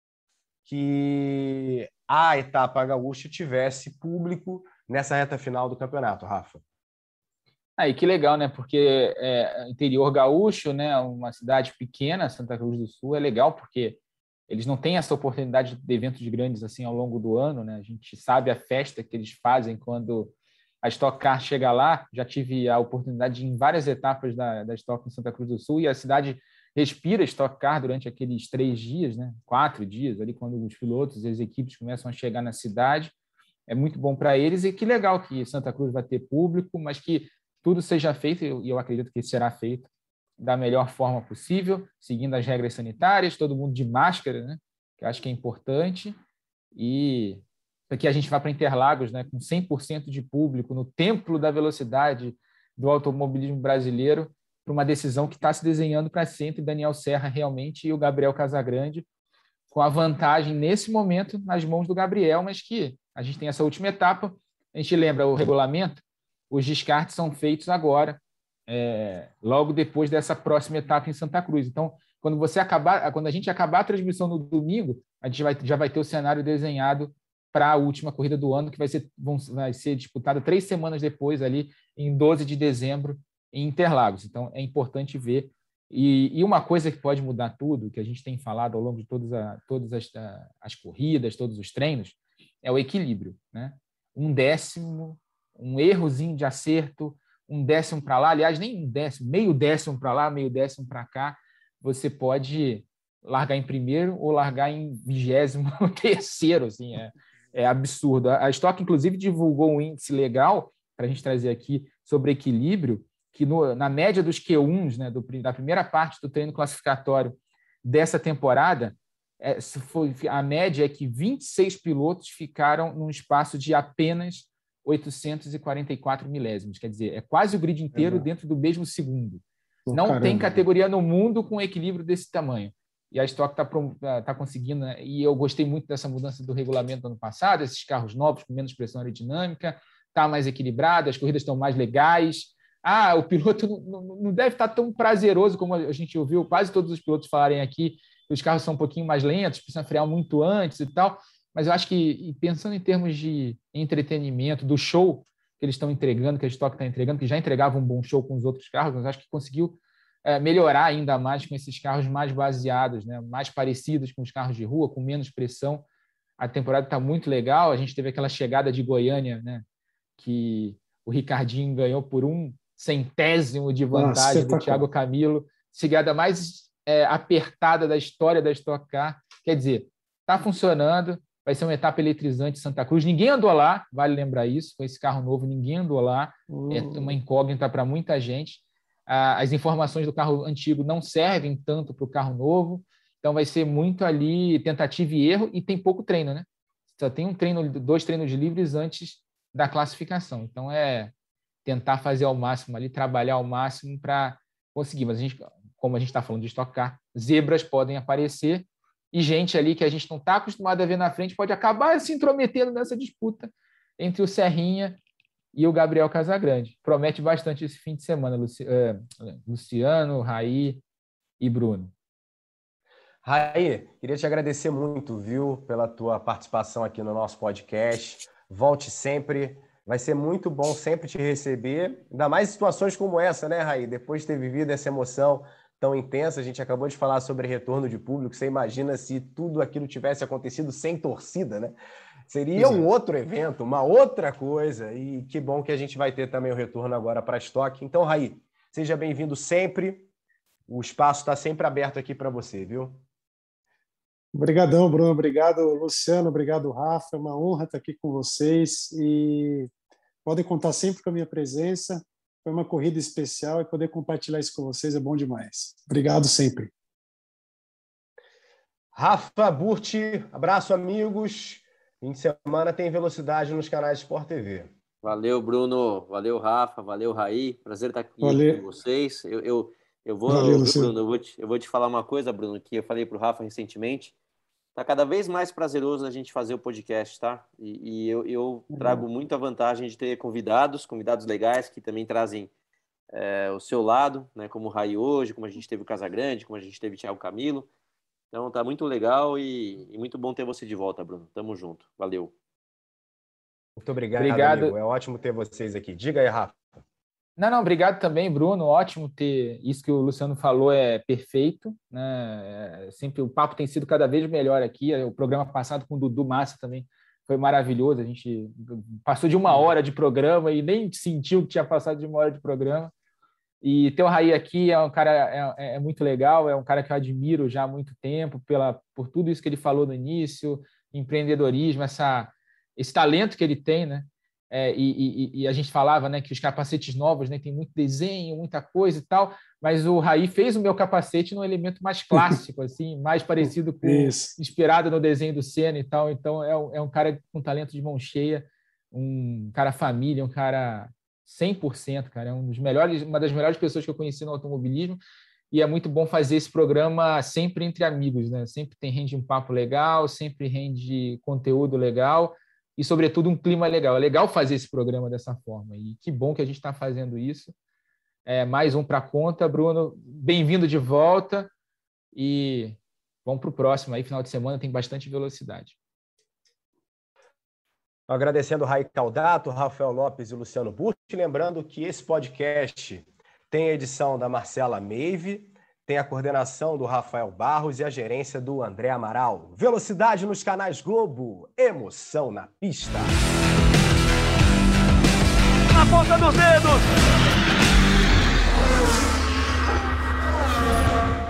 que a etapa gaúcha tivesse público nessa reta final do campeonato, Rafa. Aí que legal, né? Porque interior gaúcho, né? Uma cidade pequena, Santa Cruz do Sul, é legal porque eles não têm essa oportunidade de eventos grandes assim ao longo do ano, né? A gente sabe a festa que eles fazem quando a Stock Car chega lá. Já tive a oportunidade de ir em várias etapas da Stock em Santa Cruz do Sul, e a cidade respira Stock Car durante aqueles 3 dias, né? 4 dias, ali quando os pilotos e as equipes começam a chegar na cidade. É muito bom para eles, e que legal que Santa Cruz vai ter público, mas que tudo seja feito, e eu acredito que será feito da melhor forma possível, seguindo as regras sanitárias, todo mundo de máscara, né? Que eu acho que é importante, e aqui a gente vai para Interlagos, né? Com 100% de público, no templo da velocidade do automobilismo brasileiro, para uma decisão que está se desenhando para ser entre Daniel Serra realmente e o Gabriel Casagrande, com a vantagem nesse momento nas mãos do Gabriel, mas que a gente tem essa última etapa. A gente lembra o regulamento, os descartes são feitos agora, logo depois dessa próxima etapa em Santa Cruz. Então, quando a gente acabar a transmissão no domingo, a gente já vai ter o cenário desenhado para a última corrida do ano, que vai ser disputada 3 semanas depois, ali em 12 de dezembro, em Interlagos. Então, é importante ver. E uma coisa que pode mudar tudo, que a gente tem falado ao longo de todas as corridas, todos os treinos, é o equilíbrio, né? 1/10, um errozinho de acerto, 1/10 para lá, aliás, nem 1/10, meio décimo para lá, meio décimo para cá, você pode largar em primeiro ou largar em 23º, assim, é absurdo. A Stock, inclusive, divulgou um índice legal para a gente trazer aqui sobre equilíbrio, que na média dos Q1s, né, da primeira parte do treino classificatório dessa temporada, a média é que 26 pilotos ficaram num espaço de apenas 844 milésimos, quer dizer, é quase o grid inteiro dentro do mesmo segundo. Não tem categoria no mundo com equilíbrio desse tamanho. E a Stock está conseguindo, né? E eu gostei muito dessa mudança do regulamento do ano passado, esses carros novos com menos pressão aerodinâmica, está mais equilibrado, as corridas estão mais legais. O piloto não deve estar tão prazeroso como a gente ouviu quase todos os pilotos falarem aqui, que os carros são um pouquinho mais lentos, precisam frear muito antes e tal. Mas eu acho que, pensando em termos de entretenimento, do show que eles estão entregando, que a Stock está entregando, que já entregava um bom show com os outros carros, mas acho que conseguiu melhorar ainda mais com esses carros mais baseados, né? Mais parecidos com os carros de rua, com menos pressão. A temporada está muito legal. A gente teve aquela chegada de Goiânia, né? Que o Ricardinho ganhou por 1/100º de vantagem do Thiago Camilo. Chegada mais apertada da história da Stock Car. Quer dizer, está funcionando. Vai ser uma etapa eletrizante em Santa Cruz. Ninguém andou lá, vale lembrar isso. Com esse carro novo, ninguém andou lá. É uma incógnita para muita gente. As informações do carro antigo não servem tanto para o carro novo. Então, vai ser muito ali tentativa e erro, e tem pouco treino, né? Só tem 2 treinos livres antes da classificação. Então, tentar fazer ao máximo ali, trabalhar ao máximo para conseguir. Mas como a gente está falando de Stock Car, zebras podem aparecer e gente ali que a gente não está acostumado a ver na frente pode acabar se intrometendo nessa disputa entre o Serrinha e o Gabriel Casagrande. Promete bastante esse fim de semana, Luciano, Raí e Bruno. Raí, queria te agradecer muito, viu, pela tua participação aqui no nosso podcast. Volte sempre. Vai ser muito bom sempre te receber. Ainda mais em situações como essa, né, Raí? Depois de ter vivido essa emoção tão intensa, a gente acabou de falar sobre retorno de público. Você imagina se tudo aquilo tivesse acontecido sem torcida, né? Seria um outro evento, uma outra coisa. E que bom que a gente vai ter também o retorno agora para a Stock. Então, Raí, seja bem-vindo sempre. O espaço está sempre aberto aqui para você, viu? Obrigadão, Bruno. Obrigado, Luciano. Obrigado, Rafa. É uma honra estar aqui com vocês e podem contar sempre com a minha presença. Foi uma corrida especial e poder compartilhar isso com vocês é bom demais. Obrigado sempre. Rafa, Burti, abraço, amigos. Fim de semana tem velocidade nos canais Sport TV. Valeu, Bruno. Valeu, Rafa. Valeu, Raí. Prazer estar aqui com vocês. Eu vou, Valeu, Bruno, eu vou te falar uma coisa, Bruno, que eu falei para o Rafa recentemente. Tá cada vez mais prazeroso a gente fazer o podcast, tá? E eu trago muita vantagem de ter convidados legais que também trazem o seu lado, né? Como o Raí hoje, como a gente teve o Casagrande, como a gente teve o Thiago Camilo. Então tá muito legal e muito bom ter você de volta, Bruno. Tamo junto. Valeu. Muito obrigado. Amigo. É ótimo ter vocês aqui. Diga aí, Rafa. Não, obrigado também, Bruno. Ótimo ter isso que o Luciano falou, é perfeito, né? Sempre o papo tem sido cada vez melhor aqui. O programa passado com o Dudu Massa também foi maravilhoso. A gente passou de 1 hora de programa e nem sentiu que tinha passado de 1 hora de programa. E ter o Raí aqui é um cara é muito legal, é um cara que eu admiro já há muito tempo por tudo isso que ele falou no início, empreendedorismo, esse talento que ele tem, né? E a gente falava, né, que os capacetes novos, né, tem muito desenho, muita coisa e tal, mas o Raí fez o meu capacete num elemento mais clássico, assim, mais parecido com inspirado no desenho do Senna e tal. Então é um cara com talento de mão cheia, um cara família, um cara 100%, cara, é uma das melhores pessoas que eu conheci no automobilismo. E é muito bom fazer esse programa sempre entre amigos, né? Sempre rende um papo legal, sempre rende conteúdo legal. E, sobretudo, um clima legal. É legal fazer esse programa dessa forma. E que bom que a gente está fazendo isso. Mais um para a conta. Bruno, bem-vindo de volta. E vamos para o próximo. Aí, final de semana, tem bastante velocidade. Agradecendo o Raí Caldato, Rafael Lopes e Luciano Burti. Lembrando que esse podcast tem a edição da Marcela Meive, tem a coordenação do Rafael Barros e a gerência do André Amaral. Velocidade nos canais Globo, emoção na pista. Na ponta dos dedos!